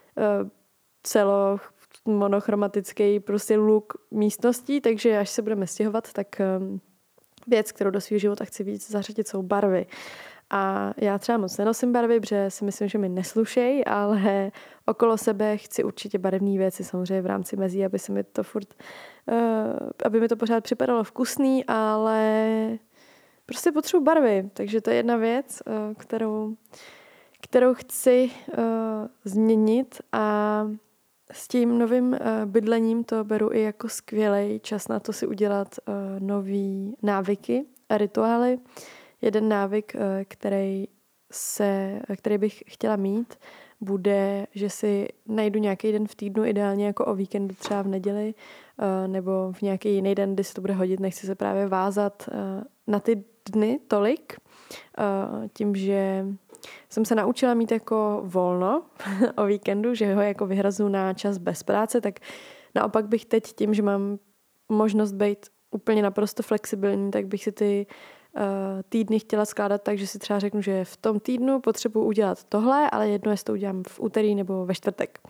monochromatický prostě look místností, takže až se budeme stěhovat, tak věc, kterou do svého života chci víc zařadit, jsou barvy. A já třeba moc nenosím barvy, protože si myslím, že mi neslušej, ale okolo sebe chci určitě barevné věci, samozřejmě v rámci mezí, aby se mi to aby mi to pořád připadalo vkusný, ale prostě potřebuji barvy, takže to je jedna věc, kterou chci změnit a s tím novým bydlením to beru i jako skvělej čas na to si udělat nový návyky a rituály. Jeden návyk, který bych chtěla mít, bude, že si najdu nějaký den v týdnu, ideálně jako o víkendu, třeba v neděli, nebo v nějaký jiný den, kdy se to bude hodit, nechci se právě vázat na ty dny tolik, tím, že jsem se naučila mít jako volno o víkendu, že ho jako vyhrazu na čas bez práce, tak naopak bych teď tím, že mám možnost být úplně naprosto flexibilní, tak bych si ty týdny chtěla skládat tak, že si třeba řeknu, že v tom týdnu potřebuji udělat tohle, ale jedno, jestli to udělám v úterý nebo ve čtvrtek.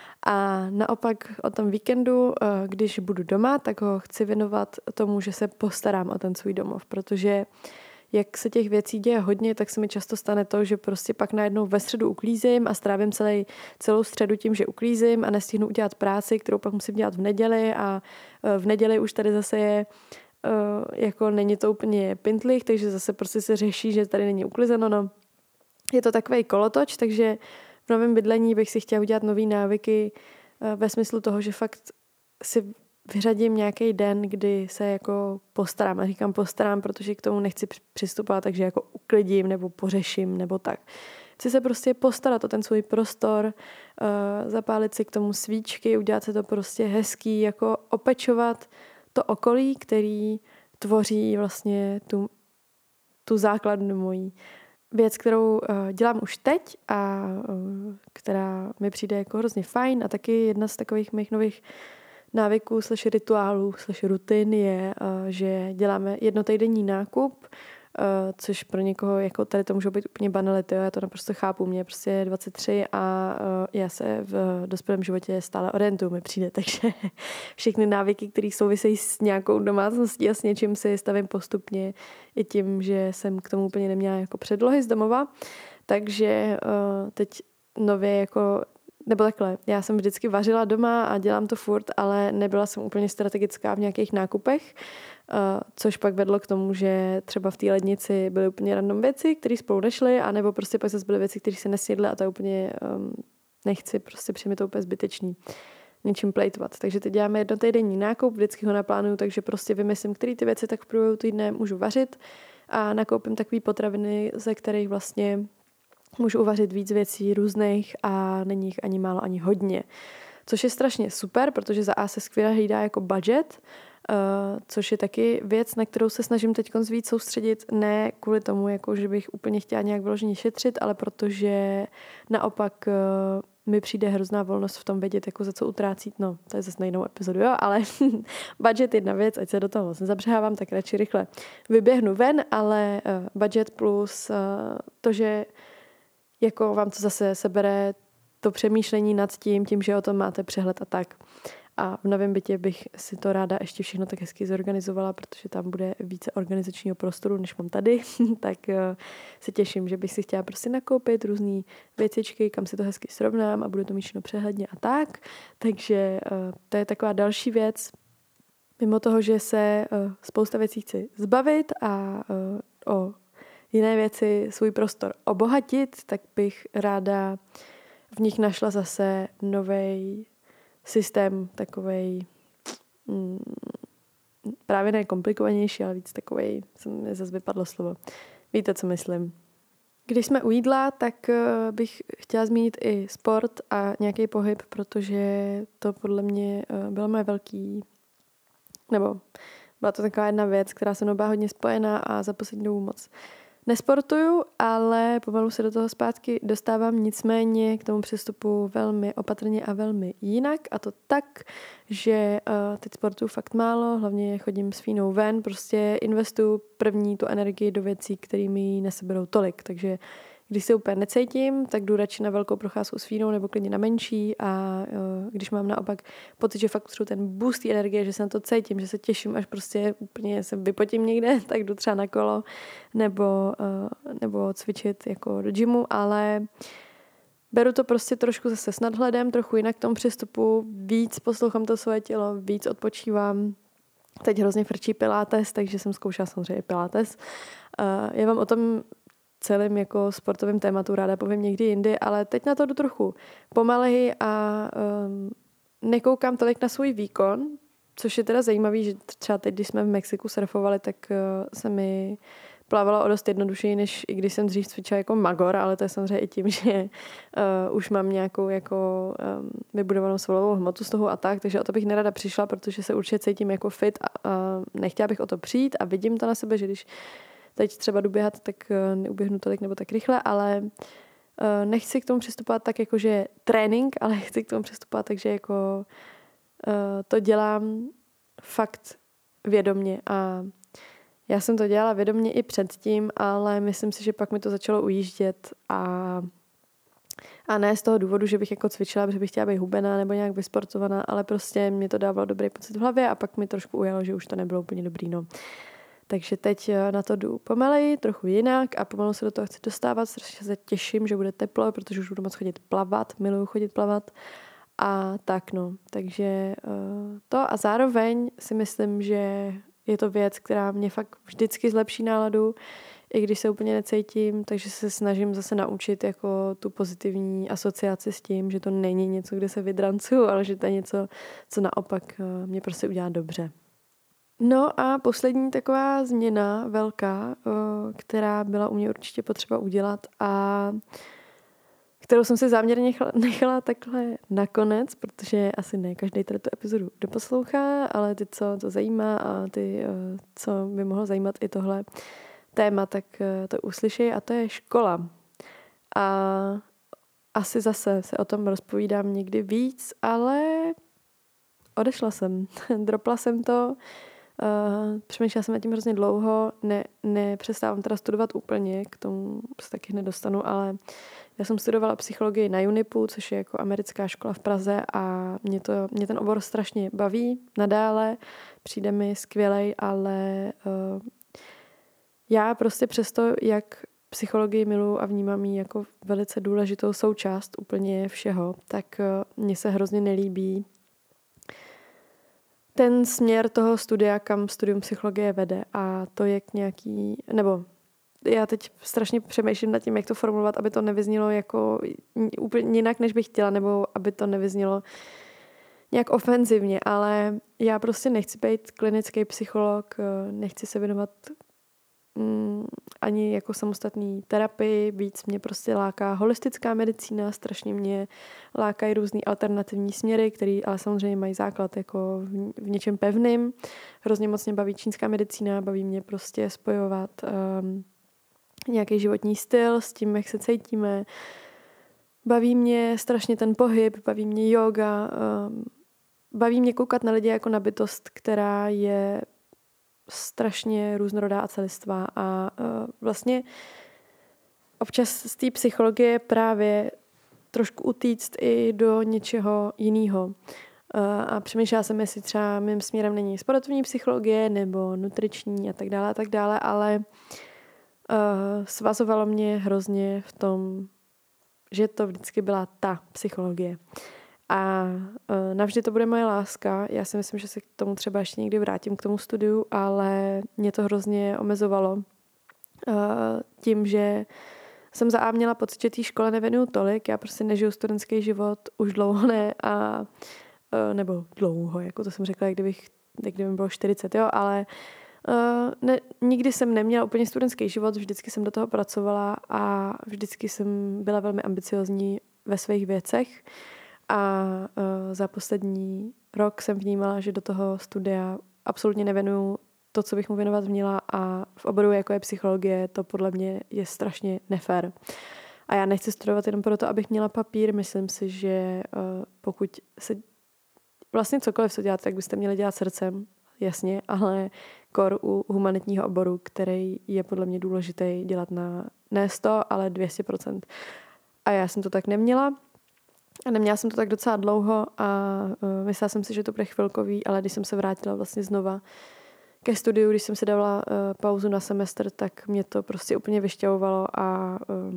A naopak o tom víkendu, když budu doma, tak ho chci věnovat tomu, že se postarám o ten svůj domov, protože jak se těch věcí děje hodně, tak se mi často stane to, že prostě pak najednou ve středu uklízím a strávím celou středu tím, že uklízím a nestihnu udělat práci, kterou pak musím dělat v neděli a v neděli už tady zase je jako není to úplně pintlich, takže zase prostě se řeší, že tady není uklizeno, no. Je to takovej kolotoč, takže v novém bydlení bych si chtěla udělat nový návyky ve smyslu toho, že fakt si vyřadím nějaký den, kdy se jako postarám. A říkám postarám, protože k tomu nechci přistupovat, takže jako uklidím nebo pořeším nebo tak. Chci se prostě postarat o ten svůj prostor, zapálit si k tomu svíčky, udělat se to prostě hezký, jako opečovat to okolí, který tvoří vlastně tu základnu mojí. Věc, kterou dělám už teď a která mi přijde jako hrozně fajn a taky jedna z takových mých nových návyků / rituálů / rutin je, že děláme jednotýdenní nákup, což pro někoho, jako tady to může být úplně banality, já to naprosto chápu, mě je prostě 23 a já se v dospělém životě stále orientuju, mi přijde, takže všechny návyky, které souvisejí s nějakou domácností a s něčím si stavím postupně i tím, že jsem k tomu úplně neměla jako předlohy z domova, takže teď nově jako nebo takhle, já jsem vždycky vařila doma a dělám to furt, ale nebyla jsem úplně strategická v nějakých nákupech, což pak vedlo k tomu, že třeba v té lednici byly úplně random věci, které spolu nešly, anebo prostě pak zase byly věci, které se nesnědly a to úplně nechci, prostě přijme to úplně zbytečný něčím plejtovat. Takže teď děláme jednotýdenní nákup, vždycky ho naplánuju, takže prostě vymyslím, který ty věci tak v průběhu týdne můžu vařit a nakoupím takové potraviny, ze kterých vlastně můžu uvařit víc věcí různých a není jich ani málo, ani hodně. Což je strašně super, protože za A se skvěle hlídá jako budget, což je taky věc, na kterou se snažím teď víc soustředit, ne kvůli tomu, jako že bych úplně chtěla nějak vyloženě šetřit, ale protože naopak mi přijde hrozná volnost v tom vědět, jako za co utrácít. No, to je zase na jinou epizodu, jo, ale budget jedna věc, ať se do toho moc nezabřehávám, tak radši rychle vyběhnu ven, ale budget plus to, že jako vám to zase sebere to přemýšlení nad tím, že o tom máte přehled a tak. A v novém bytě bych si to ráda ještě všechno tak hezky zorganizovala, protože tam bude více organizačního prostoru, než mám tady, tak se těším, že bych si chtěla prostě nakoupit různé věcičky, kam si to hezky srovnám a budu to mít všechno přehledně a tak. Takže to je taková další věc. Mimo toho, že se spousta věcí chci zbavit a o jiné věci svůj prostor obohatit, tak bych ráda v nich našla zase novej systém, takovej právě ne komplikovanější, ale víc takovej, mě zase vypadlo slovo. Víte, co myslím. Když jsme u jídla, tak bych chtěla zmínit i sport a nějaký pohyb, protože to podle mě bylo moje nebo byla to taková jedna věc, která se mnou byla hodně spojená a za poslední dobu moc nesportuju, ale pomalu se do toho zpátky dostávám, nicméně k tomu přistupu velmi opatrně a velmi jinak a to tak, že teď sportuju fakt málo, hlavně chodím s Fínou ven, prostě investuju první tu energii do věcí, které mi neseberou tolik, takže Když se úplně necítím, tak jdu radši na velkou procházku s Fínou nebo klidně na menší a když mám naopak pocit, že fakt potřebuji ten boost energie, že se na to cítím, že se těším, až prostě úplně se vypotím někde, tak jdu třeba na kolo nebo cvičit jako do gymu, ale beru to prostě trošku zase s nadhledem, trochu jinak k tomu přistupu, víc poslouchám to svoje tělo, víc odpočívám. Teď hrozně frčí pilates, takže jsem zkoušela samozřejmě pilates. Já vám o tom celým jako sportovým tématu ráda povím někdy jindy, ale teď na to jdu trochu pomaleji a nekoukám tolik na svůj výkon, což je teda zajímavý, že třeba teď, když jsme v Mexiku surfovali, tak se mi plavalo o dost jednodušeji, než i když jsem dřív cvičila jako magor, ale to je samozřejmě i tím, že už mám nějakou jako vybudovanou svalovou hmotu z toho a tak, takže o to bych nerada přišla, protože se určitě cítím jako fit a nechtěla bych o to přijít a vidím to na sebe, že když teď třeba jdu běhat, tak neuběhnu tolik nebo tak rychle, ale nechci k tomu přistupovat tak jako, že trénink, ale chci k tomu přistupovat tak, že jako to dělám fakt vědomně a já jsem to dělala vědomně i předtím, ale myslím si, že pak mi to začalo ujíždět a ne z toho důvodu, že bych jako cvičila, že bych chtěla být hubená nebo nějak vysportovaná, ale prostě mě to dávalo dobrý pocit v hlavě a pak mi trošku ujalo, že už to nebylo úplně dobrý, no. Takže teď na to jdu pomaleji, trochu jinak a pomalu se do toho chci dostávat, strašně se těším, že bude teplo, protože už budu moc chodit plavat, miluju chodit plavat a tak no. Takže to a zároveň si myslím, že je to věc, která mě fakt vždycky zlepší náladu, i když se úplně necítím, takže se snažím zase naučit jako tu pozitivní asociaci s tím, že to není něco, kde se vydrancuju, ale že to je něco, co naopak mě prostě udělá dobře. No a poslední taková změna velká, která byla u mě určitě potřeba udělat a kterou jsem si záměrně nechala takhle nakonec, protože asi ne každý tady tu epizodu doposlouchá, ale ty, co to zajímá a ty, co by mohlo zajímat i tohle téma, tak to uslyší a to je škola. A asi zase se o tom rozpovídám někdy víc, ale odešla jsem. Dropla jsem to, přemýšlela jsem nad tím hrozně dlouho, nepřestávám teda studovat úplně, k tomu se taky nedostanu, ale já jsem studovala psychologii na UNIPu, což je jako americká škola v Praze a mě ten obor strašně baví nadále, přijde mi skvělej, ale já prostě přesto, jak psychologii miluji a vnímám ji jako velice důležitou součást úplně všeho, tak mně se hrozně nelíbí ten směr toho studia, kam studium psychologie vede a to je k nějaký, nebo já teď strašně přemýšlím nad tím, jak to formulovat, aby to nevyznělo jako úplně jinak, než bych chtěla, nebo aby to nevyznělo nějak ofenzivně, ale já prostě nechci být klinický psycholog, nechci se věnovat ani jako samostatný terapii, víc mě prostě láká holistická medicína, strašně mě lákají různý alternativní směry, které ale samozřejmě mají základ jako v něčem pevným. Hrozně moc mě baví čínská medicína, baví mě prostě spojovat nějaký životní styl s tím, jak se cítíme. Baví mě strašně ten pohyb, baví mě yoga, baví mě koukat na lidi jako na bytost, která je strašně různorodá a celistvá a vlastně občas z té psychologie právě trošku utíct i do něčeho jiného. A přemýšlela jsem, jestli třeba mým směrem není sportovní psychologie nebo nutriční a tak dále, ale svazovalo mě hrozně v tom, že to vždycky byla ta psychologie. A navždy to bude moje láska. Já si myslím, že se k tomu třeba ještě někdy vrátím, k tomu studiu, ale mě to hrozně omezovalo tím, že jsem měla pocit, že té škole nevěnuju tolik. Já prostě nežiju studentský život, už dlouho ne, nebo dlouho, jako to jsem řekla, jak kdyby mi bylo 40, jo, ale nikdy jsem neměla úplně studentský život, vždycky jsem do toho pracovala a vždycky jsem byla velmi ambiciozní ve svých věcech. A za poslední rok jsem vnímala, že do toho studia absolutně nevěnuju to, co bych mu věnovat měla a v oboru, jako je psychologie, to podle mě je strašně nefér. A já nechci studovat jenom proto, abych měla papír. Myslím si, že pokud se vlastně cokoliv co dělat, tak byste měli dělat srdcem. jasně, ale kor u humanitního oboru, který je podle mě důležitý dělat na ne 100, ale 200%. A já jsem to tak neměla. A neměla jsem to tak docela dlouho a myslela jsem si, že to bude chvilkový, ale když jsem se vrátila vlastně znova ke studiu, když jsem si dávala pauzu na semestr, tak mě to prostě úplně vyšťavovalo a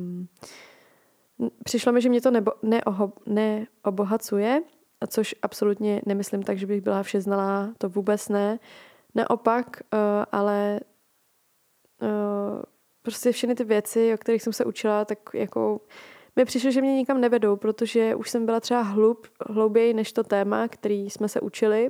přišlo mi, že mě to neobohacuje, což absolutně nemyslím tak, že bych byla všeznalá, to vůbec ne. Naopak, ale prostě všechny ty věci, o kterých jsem se učila, tak jako mi přišlo, že mě nikam nevedou, protože už jsem byla třeba hlouběji než to téma, který jsme se učili.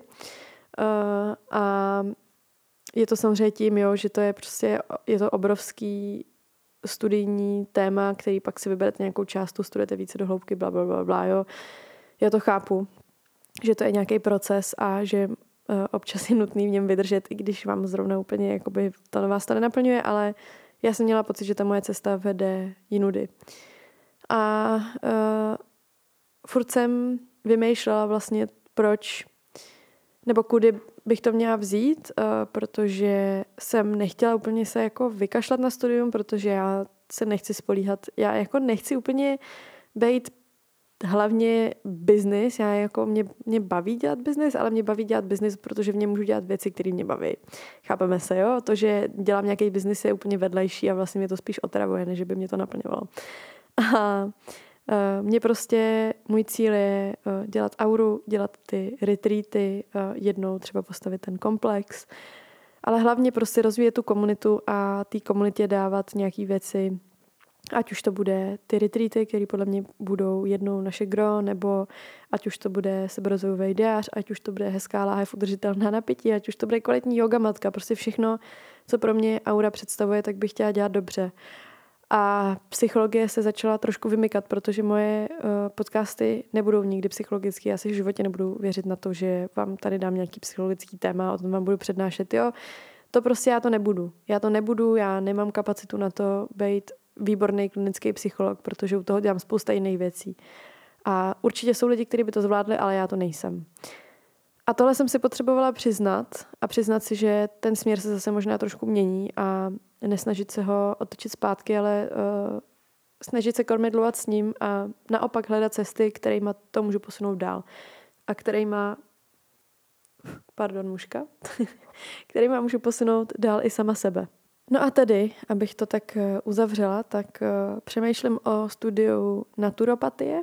A je to samozřejmě tím, jo, že to je prostě, je to obrovský studijní téma, který pak si vyberete nějakou část, studujete více do hloubky, blablabla, jo. Já to chápu, že to je nějaký proces a že občas je nutný v něm vydržet, i když vám zrovna úplně jakoby to vás to nenaplňuje, ale já jsem měla pocit, že ta moje cesta vede jinudy. A furt jsem vymýšlela vlastně proč, nebo kudy bych to měla vzít, protože jsem nechtěla úplně se jako vykašlat na studium, protože já se nechci spolíhat, já jako nechci úplně být hlavně business, já jako mě baví dělat business, ale mě baví dělat business, protože v něm můžu dělat věci, které mě baví. Chápeme se, jo? To, že dělám nějaký business je úplně vedlejší a vlastně mě to spíš otravuje, než by mě to naplňovalo. A mě prostě, můj cíl je dělat auru, dělat ty retreaty, jednou třeba postavit ten komplex, ale hlavně prostě rozvíjet tu komunitu a té komunitě dávat nějaký věci, ať už to bude ty retreaty, které podle mě budou jednou naše gro, nebo ať už to bude seberozvojový diář, ať už to bude hezká láhev udržitelná na pití, ať už to bude kvalitní yoga matka, prostě všechno, co pro mě aura představuje, tak bych chtěla dělat dobře. A psychologie se začala trošku vymykat, protože moje podcasty nebudou nikdy psychologické. Já si v životě nebudu věřit na to, že vám tady dám nějaký psychologický téma, o tom vám budu přednášet. Jo, to prostě já to nebudu, já nemám kapacitu na to být výborný klinický psycholog, protože u toho dělám spousta jiných věcí. A určitě jsou lidi, kteří by to zvládli, ale já to nejsem. A tohle jsem si potřebovala přiznat a přiznat si, že ten směr se zase možná trošku mění a nesnažit se ho otočit zpátky, ale snažit se kormidlovat s ním a naopak hledat cesty, kterýma to můžu posunout dál. A kterýma kterýma můžu posunout dál i sama sebe. No a tedy, abych to tak uzavřela, tak přemýšlím o studiu naturopatie.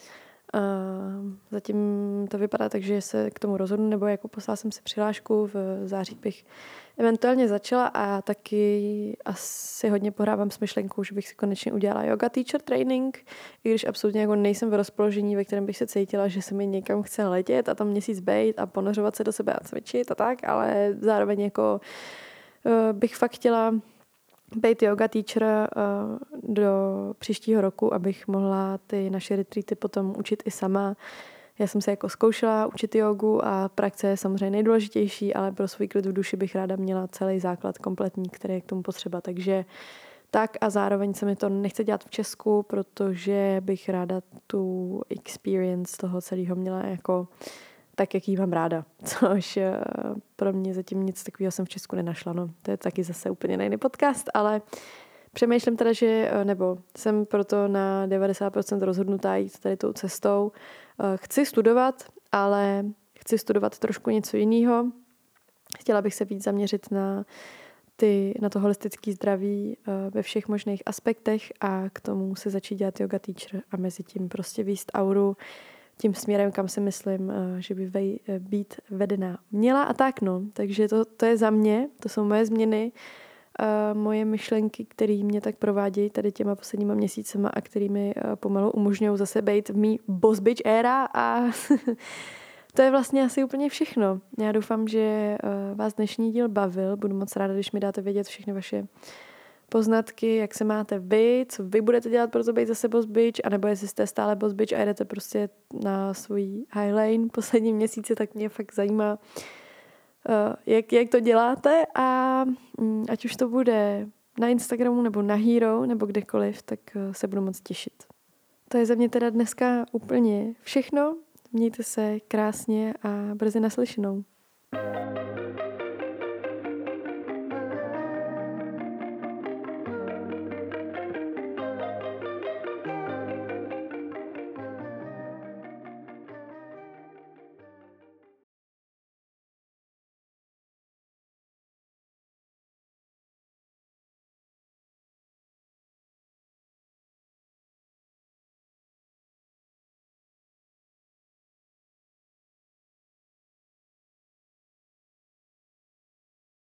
Zatím to vypadá tak, že se k tomu rozhodnu, nebo jako poslala jsem si přihlášku, v září bych eventuálně začala a taky asi hodně pohrávám s myšlenkou, že bych si konečně udělala yoga teacher training, i když absolutně jako nejsem v rozpoložení, ve kterém bych se cítila, že se mi někam chce letět a tam měsíc bejt a ponořovat se do sebe a cvičit a tak, ale zároveň jako bych fakt chtěla být yoga teacher do příštího roku, abych mohla ty naše retreaty potom učit i sama. Já jsem se jako zkoušela učit jogu a praxe je samozřejmě nejdůležitější, ale pro svůj klid v duši bych ráda měla celý základ kompletní, který je k tomu potřeba. Takže tak a zároveň se mi to nechce dělat v Česku, protože bych ráda tu experience toho celého měla jako tak, jak jí mám ráda. Což pro mě zatím nic takového jsem v Česku nenašla. No. To je taky zase úplně jiný podcast, ale přemýšlím teda, že, nebo jsem proto na 90% rozhodnutá jít tady tou cestou. Chci studovat, ale chci studovat trošku něco jiného. Chtěla bych se víc zaměřit na to holistické zdraví ve všech možných aspektech a k tomu se začít dělat yoga teacher a mezi tím prostě výst auru tím směrem, kam si myslím, že by být vedená měla a tak no. Takže to je za mě, to jsou moje změny, moje myšlenky, které mě tak provádějí tady těma posledníma měsícema a kterými pomalu umožňují zase být v mý boss bitch éra a to je vlastně asi úplně všechno. Já doufám, že vás dnešní díl bavil, budu moc ráda, když mi dáte vědět všechny vaše poznatky, jak se máte vy, co vy budete dělat pro to být zase boss bitch, anebo jestli jste stále boss bitch a jdete prostě na svůj high lane poslední měsíce, tak mě fakt zajímá, jak to děláte a ať už to bude na Instagramu nebo na Hero nebo kdekoliv, tak se budu moc těšit. To je za mě teda dneska úplně všechno. Mějte se krásně a brzy naslyšenou.